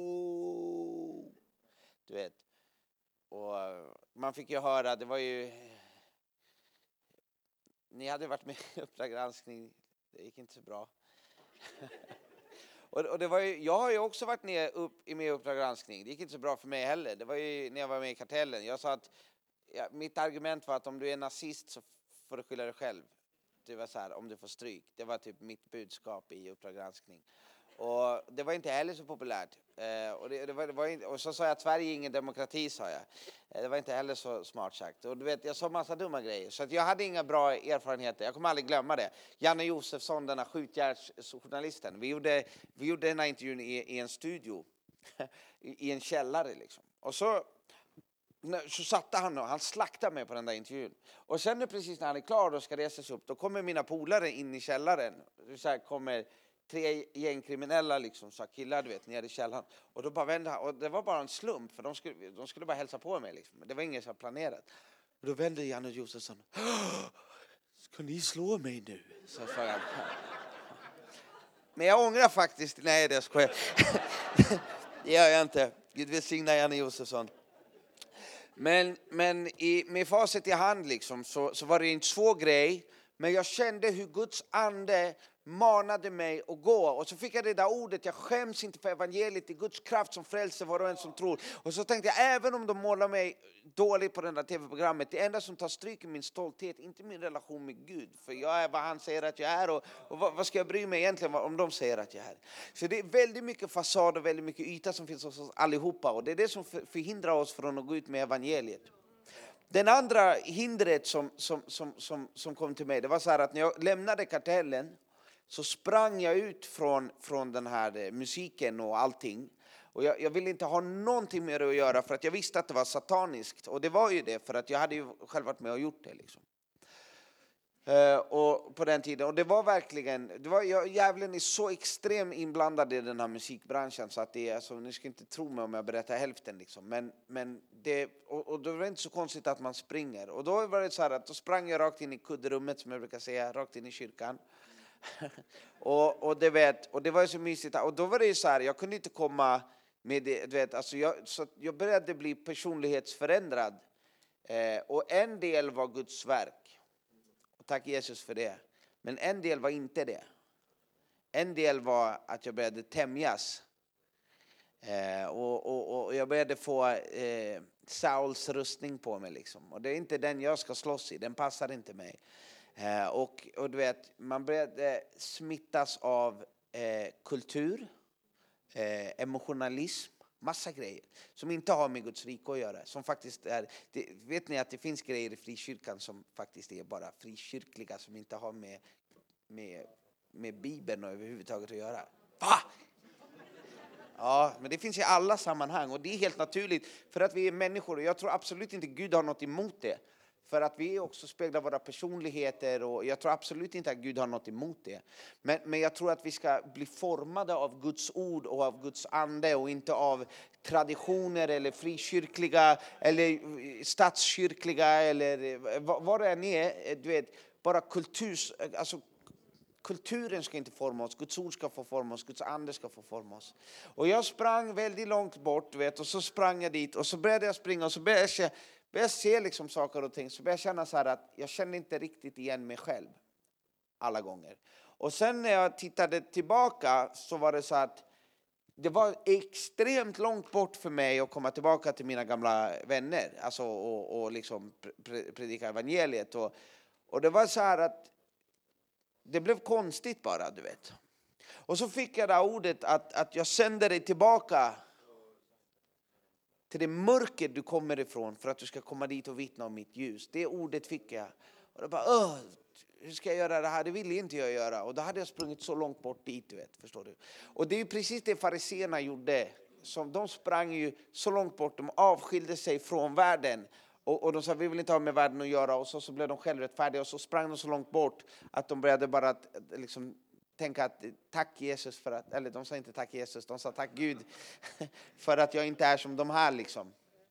Du vet. Och man fick ju höra, det var ju... Ni hade varit med i Uppdrag granskning, det gick inte så bra. och, och det var ju, jag har ju också varit ner upp, med i Uppdrag granskning, det gick inte så bra för mig heller. Det var ju när jag var med i Kartellen. Jag sa att, ja, mitt argument var att om du är nazist så får du skylla dig själv. Det var så här, om du får stryk. Det var typ mitt budskap i Uppdrag granskning. Och det var inte heller så populärt. Eh, och, det, det var, det var inte, och så sa jag att Sverige är ingen demokrati, sa jag. Eh, det var inte heller så smart sagt. Och du vet, jag sa massa dumma grejer. Så att jag hade inga bra erfarenheter. Jag kommer aldrig glömma det. Janne Josefsson, den här skjutjärnsjournalisten. Vi gjorde, vi gjorde den här intervjun i, i en studio. I, I en källare liksom. Och så... Så satte han och han slaktade mig på den där intervjun. Och sen nu precis när han är klar och ska resa sig upp, då kommer mina polare in i källaren. Så här kommer tre gängkriminella liksom, så killar du vet, nere i källaren. Och då bara vände han, och det var bara en slump, för de skulle, de skulle bara hälsa på mig liksom. Det var inget så planerat. Och då vände Janne Josefsson. Ska ni slå mig nu? Så sa jag. Men jag ångrar faktiskt, nej det skojar. Det gör jag inte. Gud välsigna Janne Josefsson. Men, men i, med facit i hand liksom, så, så var det en svår grej. Men jag kände hur Guds ande manade mig att gå. Och så fick jag det där ordet, jag skäms inte för evangeliet, i Guds kraft som frälser var och en som tror. Och så tänkte jag, även om de målar mig dåligt på den där tv-programmet, det enda som tar stryk är min stolthet, inte min relation med Gud. För jag är vad han säger att jag är, och, och vad, vad ska jag bry mig egentligen om de säger att jag är. Så det är väldigt mycket fasad och väldigt mycket yta som finns hos oss allihopa. Och det är det som förhindrar oss från att gå ut med evangeliet. Den andra hindret som, som, som, som, som kom till mig, det var så här att när jag lämnade Kartellen så sprang jag ut från, från den här musiken och allting. Och jag, jag ville inte ha någonting med det att göra, för att jag visste att det var sataniskt. Och det var ju det, för att jag hade ju själv varit med och gjort det liksom. Uh, och på den tiden, och det var verkligen, det var, jag jävlen är så extremt inblandad i den här musikbranschen så att det är, alltså, ni ska inte tro mig om jag berättar hälften liksom, men, men det, och, och då var det inte så konstigt att man springer, och då var det så här att då sprang jag rakt in i kudderummet, som jag brukar säga, rakt in i kyrkan. och, och, det vet, och det var ju så mysigt, och då var det ju så här, jag kunde inte komma med det, du vet, alltså jag, så jag började bli personlighetsförändrad, eh, och en del var Guds verk. Tack Jesus för det. Men en del var inte det. En del var att jag började tämjas. Eh, och, och, och jag började få eh, Sauls rustning på mig liksom. Och det är inte den jag ska slåss i. Den passar inte mig. Eh, och, och du vet, man började smittas av eh, kultur. Eh, emotionalism. Massa grejer som inte har med Guds rike att göra. Som faktiskt är, det, vet ni att det finns grejer i frikyrkan som faktiskt är bara frikyrkliga, som inte har med, med, med Bibeln och överhuvudtaget att göra. Va? Ja, men det finns i alla sammanhang, och det är helt naturligt för att vi är människor, och jag tror absolut inte Gud har något emot det. För att vi också speglar våra personligheter, och jag tror absolut inte att Gud har något emot det. Men, men jag tror att vi ska bli formade av Guds ord och av Guds ande, och inte av traditioner eller frikyrkliga eller statskyrkliga eller vad, vad det än är. Du vet, bara kultur, alltså kulturen ska inte forma oss, Guds ord ska få forma oss, Guds ande ska få forma oss. Och jag sprang väldigt långt bort, du vet, och så sprang jag dit, och så började jag springa, och så började jag började se liksom saker och ting, så började jag känna så här att jag kände inte riktigt igen mig själv alla gånger. Och sen när jag tittade tillbaka så var det så att det var extremt långt bort för mig att komma tillbaka till mina gamla vänner, alltså och, och liksom predika evangeliet, och, och det var så här att det blev konstigt bara, du vet. Och så fick jag det ordet att, att jag sänder dig tillbaka till det mörker du kommer ifrån, för att du ska komma dit och vittna om mitt ljus. Det ordet fick jag. Och då bara, Åh, hur ska jag göra det här? Det vill inte jag göra. Och då hade jag sprungit så långt bort dit, du vet, förstår du. Och det är ju precis det fariséerna gjorde. Som de sprang ju så långt bort, de avskilde sig från världen. Och, och de sa, vi vill inte ha med världen att göra. Och så, så blev de självrättfärdiga och så sprang de så långt bort att de började bara att, liksom, tänka att tack Jesus för att, eller de sa inte tack Jesus, de sa tack Gud för att jag inte är som de här liksom.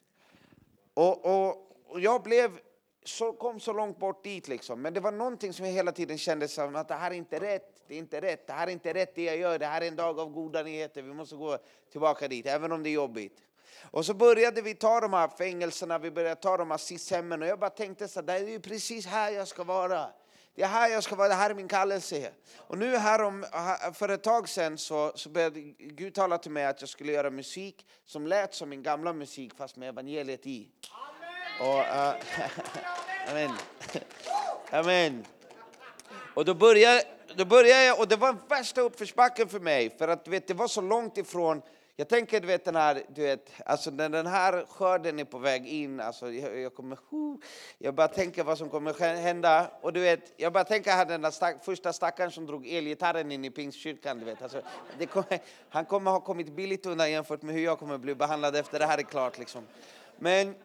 Och, och, och jag blev, så, kom så långt bort dit liksom. Men det var någonting som jag hela tiden kände som att det här är inte rätt. Det är inte rätt. Det här är inte rätt det jag gör. Det här är en dag av goda nyheter. Vi måste gå tillbaka dit, även om det är jobbigt. Och så började vi ta de här fängelserna. Vi började ta de här sishemmen. Och jag bara tänkte så här, det är ju precis här jag ska vara. Det är här jag ska vara. Det här är min kallelse. Och nu här om, för ett tag sedan så, så började Gud tala till mig att jag skulle göra musik som lät som min gamla musik fast med evangeliet i. Och, uh, amen. Amen. Och då började, då började jag, och det var värsta uppförsbacken för mig. För att du vet, det var så långt ifrån. Jag tänker, du vet, den här, du vet, alltså när den här skörden är på väg in, alltså jag, jag kommer, uh, jag bara tänker vad som kommer hända. Och du vet, jag bara tänker här den där stack, första stackaren som drog elgitarren in i Pingstkyrkan, du vet. Alltså, det kommer, han kommer ha kommit billigt undan jämfört med hur jag kommer bli behandlad efter det här är klart liksom. Men,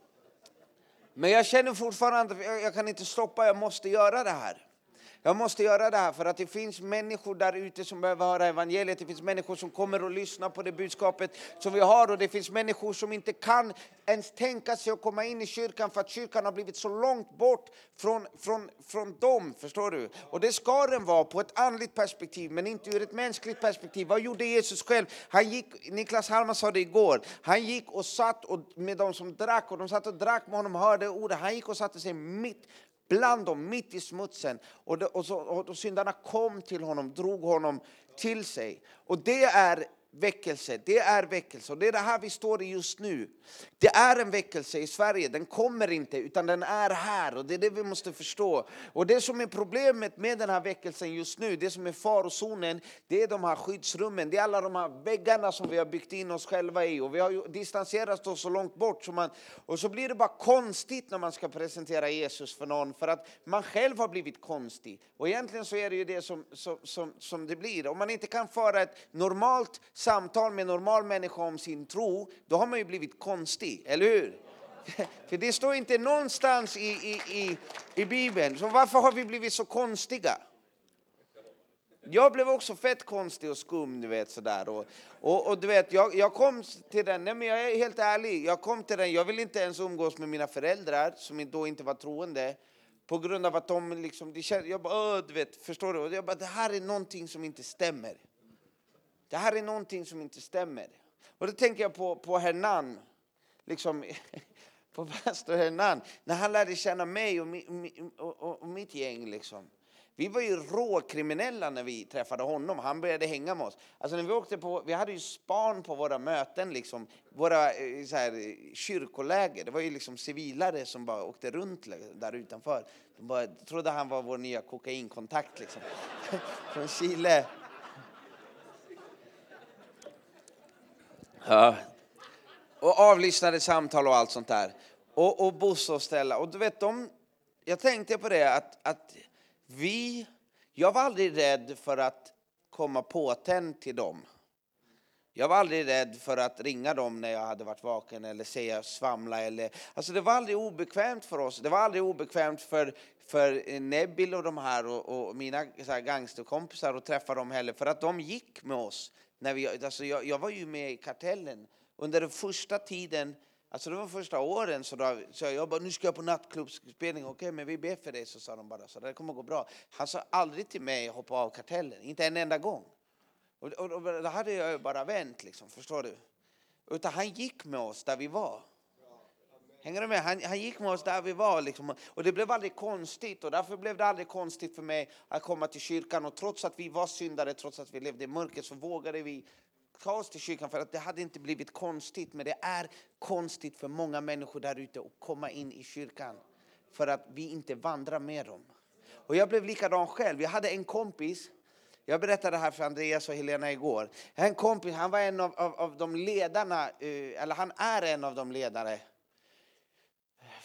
men jag känner fortfarande att jag, jag kan inte stoppa, jag måste göra det här. Jag måste göra det här för att det finns människor där ute som behöver höra evangeliet. Det finns människor som kommer och lyssnar på det budskapet som vi har. Och det finns människor som inte kan ens tänka sig att komma in i kyrkan för att kyrkan har blivit så långt bort från, från, från dem, förstår du? Och det ska den vara på ett andligt perspektiv men inte ur ett mänskligt perspektiv. Vad gjorde Jesus själv? Han gick, Niklas Hallman sa det igår, han gick och satt och, med de som drack och de satt och drack med honom och hörde ordet. Han gick och satte sig mitt bland dem, mitt i smutsen. Och, det, och, så, och, och syndarna kom till honom, drog honom till sig. Och det är väckelse, det är väckelse. Och det är det här vi står i just nu. Det är en väckelse i Sverige, den kommer inte utan den är här. Och det är det vi måste förstå. Och det som är problemet med den här väckelsen just nu, det som är farozonen, det är de här skyddsrummen. Det är alla de här väggarna som vi har byggt in oss själva i. Och vi har ju distanserat oss så långt bort. Så man, och så blir det bara konstigt när man ska presentera Jesus för någon. För att man själv har blivit konstig. Och egentligen så är det ju det som, som, som, som det blir. Om man inte kan föra ett normalt samtal med en normal människa om sin tro, då har man ju blivit konstig, eller hur? För det står inte någonstans i, i, i, i Bibeln. Så varför har vi blivit så konstiga? Jag blev också fett konstig och skum, du vet, sådär. Och, och, och du vet, jag, jag kom till den, nej men jag är helt ärlig, jag kom till den, jag vill inte ens umgås med mina föräldrar, som då inte var troende, på grund av att de liksom, de kände, jag bara, du vet, förstår du? Och jag bara, det här är någonting som inte stämmer. Det här är någonting som inte stämmer. Och då tänker jag på, på Hernan. Liksom, på pastor Hernan. När han lärde känna mig och, och, och, och mitt gäng. Liksom. Vi var ju råkriminella när vi träffade honom. Han började hänga med oss. Alltså när vi åkte på, vi hade ju span på våra möten. Liksom, våra så här, kyrkoläger. Det var ju liksom civilare som bara åkte runt där utanför. De bara trodde han var vår nya kokainkontakt. Liksom. Från Chile. Ja. Och avlyssnade samtal och allt sånt där. Och, och bussa och ställa. Och du vet, de, jag tänkte på det att, att vi, jag var aldrig rädd för att komma påtänd till dem. Jag var aldrig rädd för att ringa dem när jag hade varit vaken eller säga svamla. Eller, alltså det var aldrig obekvämt för oss. Det var aldrig obekvämt för, för Nebil och de här och, och mina så här, gangsterkompisar att träffa dem heller. För att de gick med oss. När vi, alltså jag, jag var ju med i Kartellen under den första tiden, alltså det var första åren, så då så jag bara, nu ska jag på nattklubbsspelning, okej men vi ber för det, så sa de bara, så det kommer gå bra. Han sa aldrig till mig hoppa av Kartellen, inte en enda gång. Och, och, och då hade jag ju bara vänt liksom, förstår du? Utan han gick med oss där vi var. Hänger du med? Han, han gick med oss där vi var liksom. Och det blev aldrig konstigt. Och därför blev det aldrig konstigt för mig att komma till kyrkan. Och trots att vi var syndare, trots att vi levde i mörkret, så vågade vi ta oss till kyrkan. För att det hade inte blivit konstigt. Men det är konstigt för många människor där ute att komma in i kyrkan. För att vi inte vandrar med dem. Och jag blev likadan själv. Jag hade en kompis. Jag berättade det här för Andreas och Helena igår. En kompis, han var en av, av, av de ledarna. Eller han är en av de ledare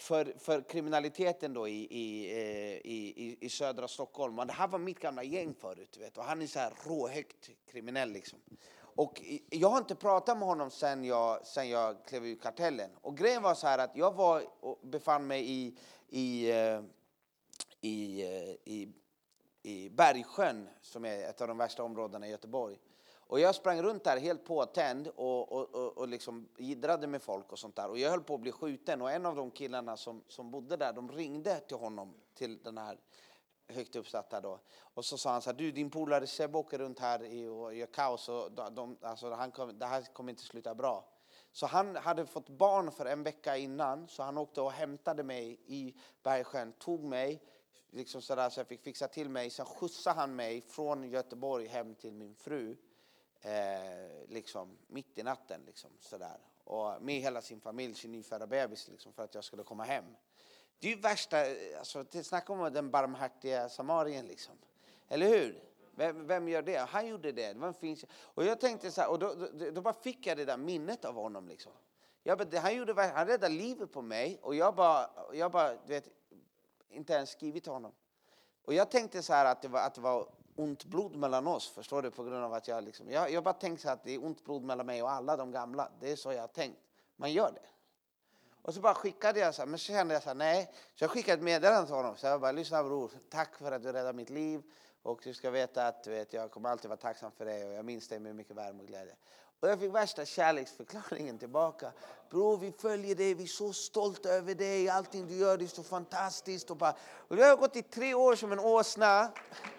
för, för kriminaliteten då i, i, i, i, i södra Stockholm. Och det här var mitt gamla gäng förut, vet. Och han är så här råhögt kriminell liksom. Och jag har inte pratat med honom sen jag, sen jag klev ur kartellen. Och grejen var så här att jag var och befann mig i, i, i, i, i Bergsjön, som är ett av de värsta områdena i Göteborg. Och jag sprang runt där helt påtänd och, och, och, och liksom giddrade med folk och sånt där. Och jag höll på att bli skjuten. Och en av de killarna som, som bodde där, de ringde till honom, till den här högt uppsatta då. Och så sa han så här: du, din polare Seb åker runt här i, och gör kaos. Och de, alltså, han kom, det här kommer inte sluta bra. Så han hade fått barn för en vecka innan. Så han åkte och hämtade mig i Bergsjön, tog mig. Liksom så, där, så jag fick fixa till mig. Sen skjutsade han mig från Göteborg hem till min fru. Eh, liksom mitt i natten liksom, sådär. Och med hela sin familj, sin nyfödda bebis liksom, för att jag skulle komma hem. Det är ju värsta, alltså, det snackar om den barmhärtiga samarien liksom. Eller hur? Vem, vem gör det? Han gjorde det. Vem finns? Och jag tänkte så här, och då, då, då bara fick jag det där minnet av honom liksom. Jag bara, han gjorde, han räddade livet på mig och jag bara, jag bara, du vet, inte ens skrivit till honom. Och jag tänkte så här att det var, att det var ont blod mellan oss, förstår du, på grund av att jag liksom, jag, jag bara tänkte så att det är ont blod mellan mig och alla de gamla. Det är så jag har tänkt. Man gör det. Och så bara skickade jag så här, men så kände jag så här, nej. Så jag skickade ett meddelande till honom. Så jag bara, lyssna bror, tack för att du räddade mitt liv. Och du ska veta att du vet, jag kommer alltid vara tacksam för dig och jag minns dig med mycket värme och glädje. Och jag fick värsta kärleksförklaringen tillbaka. Bror, vi följer dig, vi är så stolta över dig, allting du gör det är så fantastiskt. Och, bara, och det har gått i tre år som en åsna.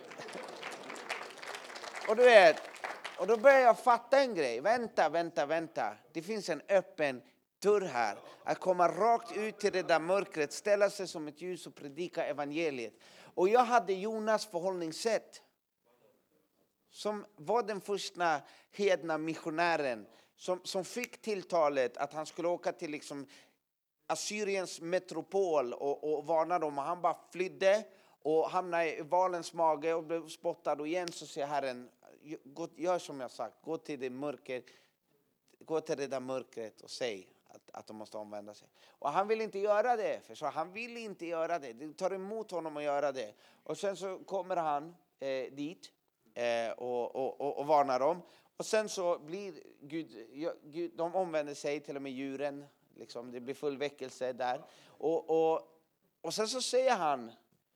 Och du vet, och då börjar jag fatta en grej. Vänta, vänta, vänta. Det finns en öppen dörr här. Att komma rakt ut till det där mörkret, ställa sig som ett ljus och predika evangeliet. Och jag hade Jonas förhållningssätt. Som var den första hedna missionären. Som, som fick tilltalet att han skulle åka till liksom Assyriens metropol och, och varna dem. Och han bara flydde och hamnade i valens mage och blev spottad. Och igen så säger Herren, gör som jag sagt, gå till det mörker, gå till det där mörkret och säg att, att de måste omvända sig. Och han vill inte göra det, för så han vill inte göra det. Det tar emot honom att göra det. Och sen så kommer han eh, dit eh, och, och, och, och varnar dem. Och sen så blir Gud, Gud, de omvänder sig, till och med djuren, liksom, det blir full väckelse där. Och, och, och sen så säger han,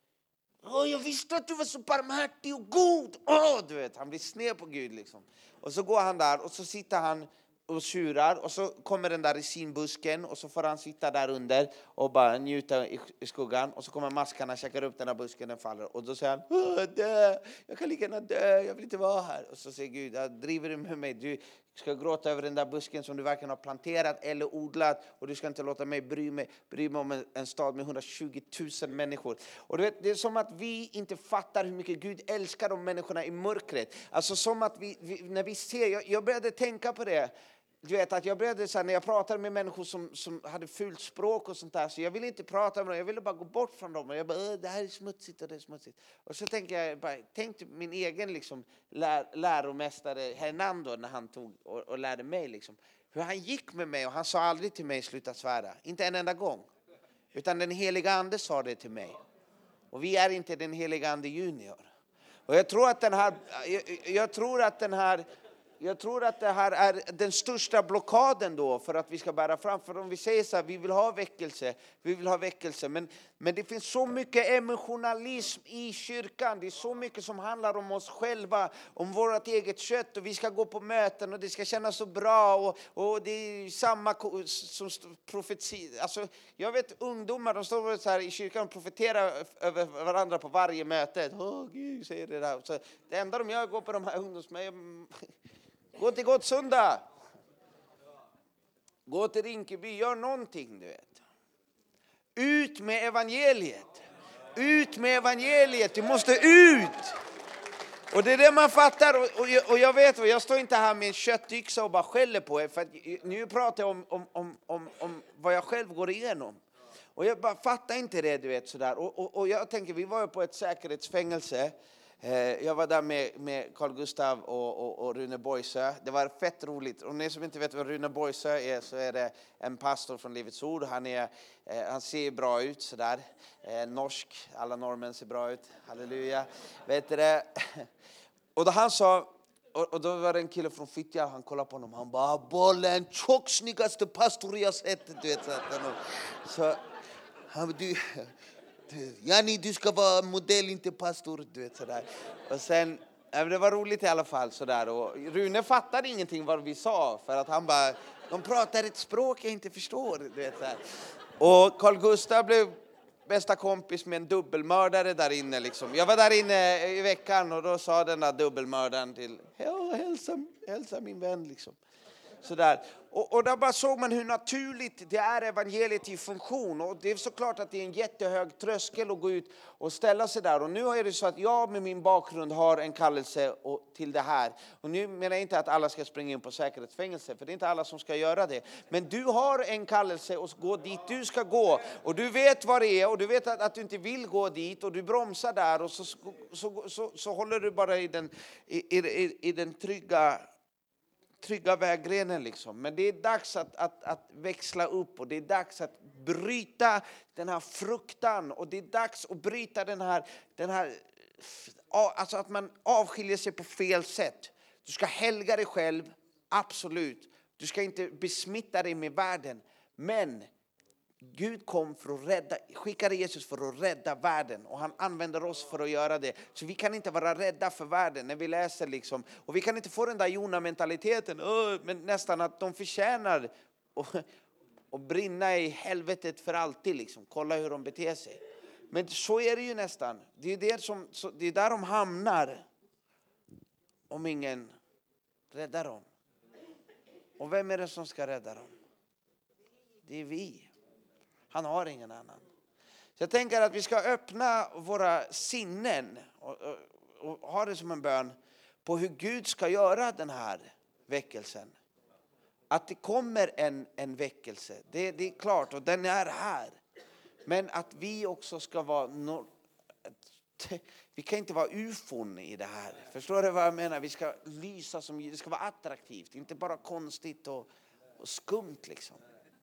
åh, jag visste att du var så barmhärtig och god. Åh, du vet, han blir sned på Gud liksom. Och så går han där och så sitter han och tjurar. Och så kommer den där i sin busken. Och så får han sitta där under och bara njuta i, i skuggan. Och så kommer maskarna, käkar upp den där busken, den faller. Och då säger han, åh, dö, jag kan lika gärna dö, jag vill inte vara här. Och så säger Gud, jag driver du med mig? Du ska gråta över den där busken som du varken har planterat eller odlat. Och du ska inte låta mig bry mig, bry mig om en, en stad med hundratjugo tusen människor. Och du vet, det är som att vi inte fattar hur mycket Gud älskar de människorna i mörkret. Alltså som att vi, vi när vi ser, jag, jag började tänka på det. Du vet att jag började så här, när jag pratade med människor som, som hade fult språk och sånt där. Så jag ville inte prata med dem, jag ville bara gå bort från dem. Och jag bara, det här är smutsigt och det är smutsigt. Och så tänkte jag, bara, tänkte min egen liksom, lär, läromästare Hernando när han tog och, och lärde mig. Liksom, hur han gick med mig och han sa aldrig till mig sluta svära. Inte en enda gång. Utan den heliga ande sa det till mig. Och vi är inte den heliga ande junior. Och jag tror att den här, jag, jag tror att den här Jag tror att det här är den största blockaden då för att vi ska bära fram. För om vi säger så här, vi vill ha väckelse, vi vill ha väckelse. Men, men det finns så mycket emotionalism i kyrkan. Det är så mycket som handlar om oss själva, om vårt eget kött. Och vi ska gå på möten och det ska kännas så bra. Och, och det är samma som profeti. Alltså, jag vet ungdomar, de står så här i kyrkan och profeterar över varandra på varje möte. Åh Gud, säger det där. Så det enda de gör går på de här ungdomsmötena. Gå till Gottsunda. Gå till Rinkeby. Gör någonting, du vet. Ut med evangeliet. Ut med evangeliet. Du måste ut. Och det är det man fattar. Och, och, jag, och jag vet, och jag står inte här med en köttyxa och bara skäller på er. För att, nu pratar jag om, om, om, om, om vad jag själv går igenom. Och jag bara fattar inte det, du vet, sådär. Och, och, och jag tänker, vi var ju på ett säkerhetsfängelse. Jag var där med, med Carl Gustav och, och, och Rune Boysö. Det var fett roligt. Om ni som inte vet vad Rune Boysö är, så är det en pastor från Livets Ord. Han, är, eh, han ser bra ut sådär. Eh, norsk, alla norrmän ser bra ut. Halleluja. Vet du det? Och då han sa, och, och då var det en kille från Fittja, han kollade på honom. Han bara, bollen, tjock, snyggaste pastor jag sett. Du vet, så, så han du... Jani, du ska vara modell, inte pastor, du vet sådär. Och sen, det var roligt i alla fall sådär. Och Rune fattade ingenting vad vi sa, för att han bara, de pratar ett språk jag inte förstår, du vet sådär. Och Carl Gustav blev bästa kompis med en dubbelmördare där inne liksom. Jag var där inne i veckan och då sa den där dubbelmördaren till, hälsa, hälsa min vän liksom. Sådär. Och, och där bara såg man hur naturligt det är evangeliet i funktion. Och det är såklart att det är en jättehög tröskel att gå ut och ställa sig där. Och nu är det så att jag med min bakgrund har en kallelse och, till det här. Och nu menar jag inte att alla ska springa in på säkerhetsfängelse, för det är inte alla som ska göra det. Men du har en kallelse att gå dit du ska gå. Och du vet vad det är, och du vet att, att du inte vill gå dit, och du bromsar där. Och så, så, så, så, så håller du bara i den, i, i, i den trygga... trygga vägrenen liksom. Men det är dags att, att, att växla upp, och det är dags att bryta den här fruktan, och det är dags att bryta den här, den här alltså att man avskiljer sig på fel sätt. Du ska helga dig själv, absolut. Du ska inte besmitta dig med världen, men Gud kom för att rädda, skickade Jesus för att rädda världen, och han använder oss för att göra det. Så vi kan inte vara rädda för världen när vi läser liksom. Och vi kan inte få den där Jona-mentaliteten, oh, men nästan att de förtjänar och, och brinna i helvetet för alltid liksom. Kolla hur de beter sig. Men så är det ju nästan. Det är, det som, så, det är där de hamnar om ingen räddar dem. Och vem är det som ska rädda dem? Det är vi. Han har ingen annan. Så jag tänker att vi ska öppna våra sinnen och, och, och ha det som en bön på hur Gud ska göra den här väckelsen. Att det kommer en, en väckelse, det, det är klart, och den är här. Men att vi också ska vara, no, vi kan inte vara ufon i det här. Förstår du vad jag menar? Vi ska lysa som, det ska vara attraktivt, inte bara konstigt och, och skumt liksom.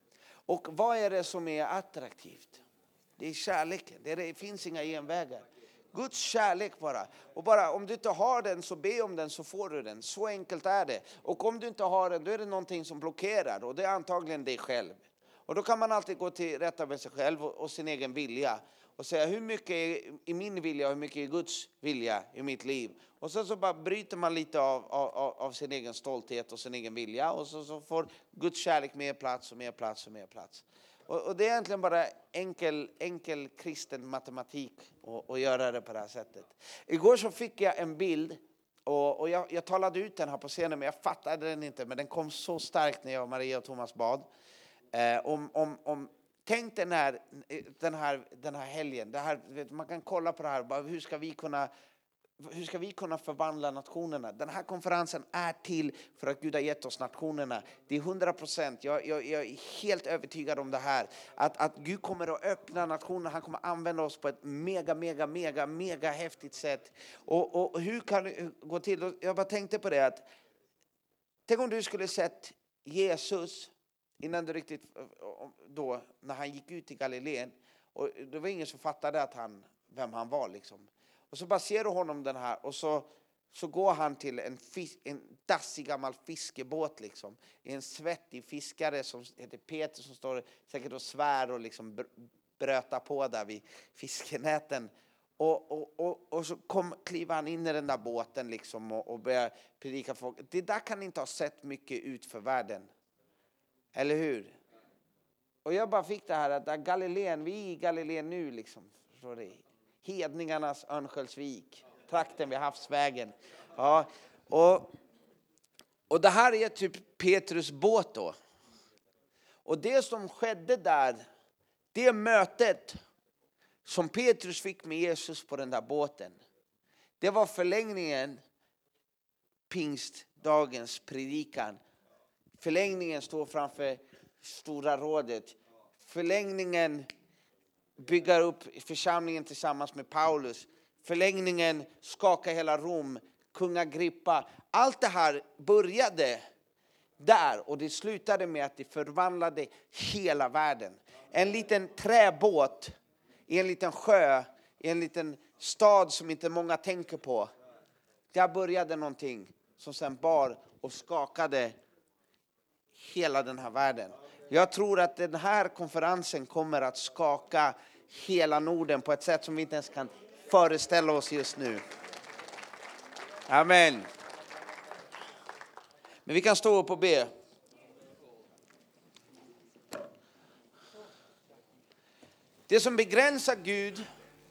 Och vad är det som är attraktivt? Det är kärleken. Det, är, det finns inga genvägar. Guds kärlek bara. Och bara om du inte har den, så be om den, så får du den. Så enkelt är det. Och om du inte har den, då är det någonting som blockerar. Och det är antagligen dig själv. Och då kan man alltid gå till rätta med sig själv och, och sin egen vilja. Och säga hur mycket är i min vilja och hur mycket är Guds vilja i mitt liv. Och så, så bara bryter man lite av, av, av sin egen stolthet och sin egen vilja. Och så, så får Guds kärlek mer plats och mer plats och mer plats. Och, och det är egentligen bara enkel, enkel kristen matematik att, att göra det på det här sättet. Igår så fick jag en bild. Och, och jag, jag talade ut den här på scenen, men jag fattade den inte. Men den kom så starkt när jag och Maria och Thomas bad. Eh, om... om, om Tänk den här, den här, den här helgen. Det här, man kan kolla på det här. Bara hur, ska vi kunna, hur ska vi kunna förvandla nationerna? Den här konferensen är till för att Gud har gett oss nationerna. Det är hundra procent. Jag, jag, jag är helt övertygad om det här. Att, att Gud kommer att öppna nationerna. Han kommer att använda oss på ett mega, mega, mega, mega häftigt sätt. Och, och hur kan det gå till? Jag bara tänkte på det. Att, tänk om du skulle sett Jesus innan du riktigt, då, när han gick ut i Galileen, och det var ingen som fattade att han, vem han var liksom. Och så bara ser du honom den här, och så, så går han till en, fisk, en dassig gammal fiskebåt liksom. En svettig fiskare som heter Peter, som står säkert och svär och liksom brötar på där vid fiskenäten. Och, och, och, och så kom, kliver han in i den där båten liksom och, och börjar predika folk. Det där kan inte ha sett mycket ut för världen. Eller hur? Och jag bara fick det här att där Galileen, vi är i Galileen nu liksom. Förstår du? Hedningarnas Örnsköldsvik. Trakten vid havsvägen. Ja, och, och det här är typ Petrus båt då. Och det som skedde där, det mötet som Petrus fick med Jesus på den där båten, det var förlängningen pingstdagens predikan. Förlängningen står framför Stora rådet. Förlängningen bygger upp församlingen tillsammans med Paulus. förlängningen skaka hela Rom, kung Agrippa. Allt det här började där och det slutade med att det förvandlade hela världen. En liten träbåt i en liten sjö, i en liten stad som inte många tänker på. Där började någonting som sen bar och skakade hela den här världen. Jag tror att den här konferensen kommer att skaka hela Norden på ett sätt som vi inte ens kan föreställa oss just nu. Amen. Men vi kan stå upp och be. Det som begränsar Gud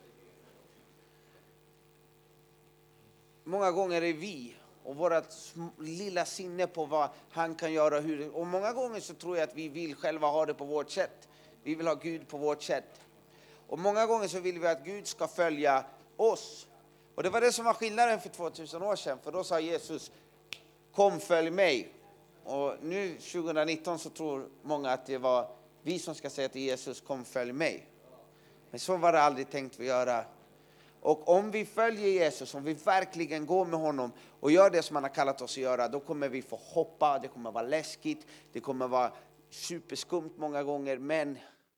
många gånger är vi och vårt lilla sinne på vad han kan göra. Hur. Och många gånger så tror jag att vi vill själva ha det på vårt sätt. Vi vill ha Gud på vårt sätt. Och många gånger så vill vi att Gud ska följa oss. Och det var det som var skillnaden för tvåtusen år sedan. För då sa Jesus, kom följ mig. Och nu tjugonitton så tror många att det var vi som ska säga till Jesus, kom följ mig. Men så var det aldrig tänkt vi göra. Och om vi följer Jesus, om vi verkligen går med honom och gör det som han har kallat oss att göra, då kommer vi få hoppa, det kommer vara läskigt, det kommer vara superskumt många gånger, men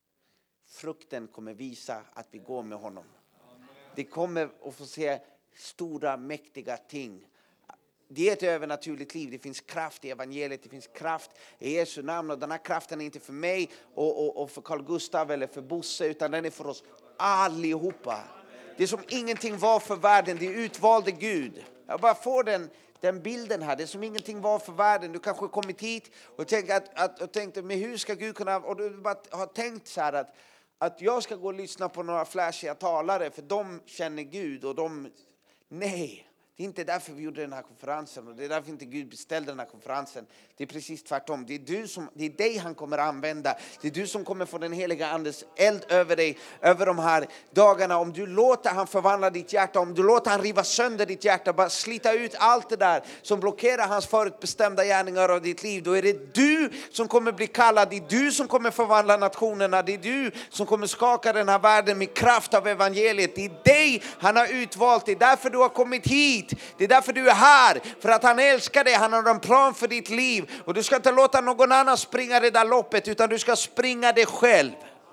frukten kommer visa att vi går med honom. Det kommer att få se stora, mäktiga ting. Det är ett övernaturligt liv. Det finns kraft i evangeliet. Det finns kraft i Jesu namn. Och den här kraften är inte för mig och, och, och för Carl Gustav eller för Bosse, utan den är för oss allihopa. Det som ingenting var för världen, det utvalde Gud. Jag bara får den, den bilden här. Det som ingenting var för världen. Du kanske har kommit hit och tänkt att, att, och tänkte, men hur ska Gud kunna... Och du bara har tänkt så här att, att jag ska gå och lyssna på några flashiga talare, för de känner Gud och de... Nej. Det är inte därför vi gjorde den här konferensen, och det är därför inte Gud beställde den här konferensen. Det är precis tvärtom. Det är, du som, det är dig han kommer att använda. Det är du som kommer få den heliga andes eld över dig över de här dagarna. Om du låter han förvandla ditt hjärta, om du låter han riva sönder ditt hjärta, bara slita ut allt det där som blockerar hans förutbestämda gärningar av ditt liv, då är det du som kommer bli kallad. Det är du som kommer förvandla nationerna. Det är du som kommer skaka den här världen med kraft av evangeliet. Det är dig han har utvalt. Det är därför du har kommit hit. Det är därför du är här. För att han älskar dig. Han har en plan för ditt liv. Och du ska inte låta någon annan springa det där loppet, utan du ska springa det själv.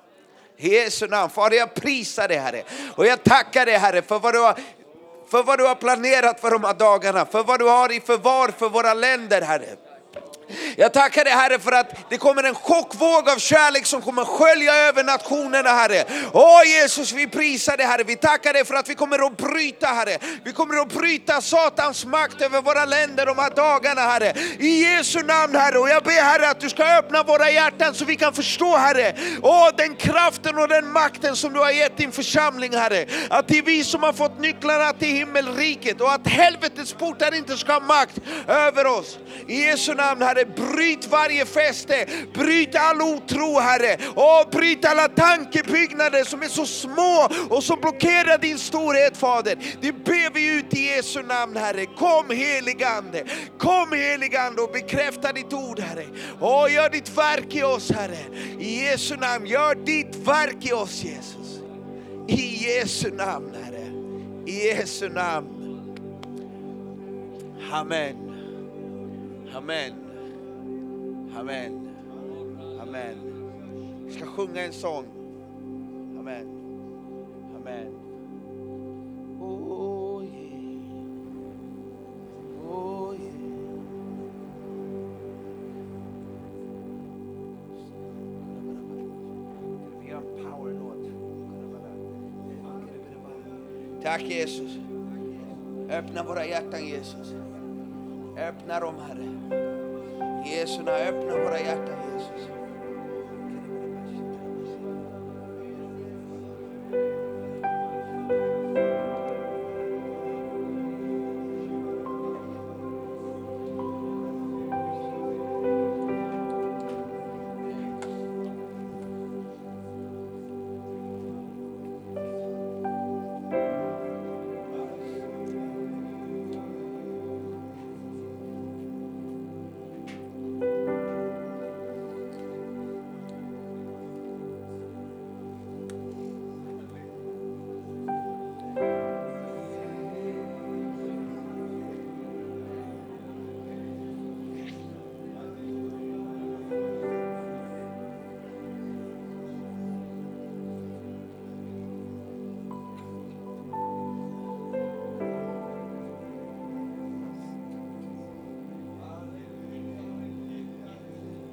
I Jesu namn. Fader, jag prisar dig, Herre. Och jag tackar dig, Herre, för vad du har, för vad du har planerat för de här dagarna. För vad du har i förvar för våra länder, Herre. Jag tackar dig, Herre, för att det kommer en chockvåg av kärlek som kommer skölja över nationerna, Herre. Åh Jesus, vi prisar dig, Herre. Vi tackar dig för att vi kommer att bryta, Herre. Vi kommer att bryta Satans makt över våra länder de här dagarna, Herre. I Jesu namn, Herre. Och jag ber, Herre, att du ska öppna våra hjärtan så vi kan förstå, Herre. Åh, den kraften och den makten som du har gett din församling, Herre. Att det är vi som har fått nycklarna till himmelriket, och att helvetets portar inte ska ha makt över oss. I Jesu namn, Herre. Bryt varje fäste, bryt all otro, Herre, och bryt alla tankebyggnader som är så små och som blockerar din storhet, Fader. Det ber vi ut i Jesu namn, Herre. Kom heligande, kom heligande och bekräfta ditt ord, Herre. Och gör ditt verk i oss, Herre. I Jesu namn, gör ditt verk i oss, Jesus. I Jesu namn, Herre. I Jesu namn. Amen. Amen. Amen. Amen. Vi ska sjunga en sång. Amen. Amen. Oh yeah. Oh yeah. Vi har en powerlåt. Tack Jesus. Öppna våra hjärtan, Jesus. Öppna dem, Herre. Jesus, öppna våra hjärtan.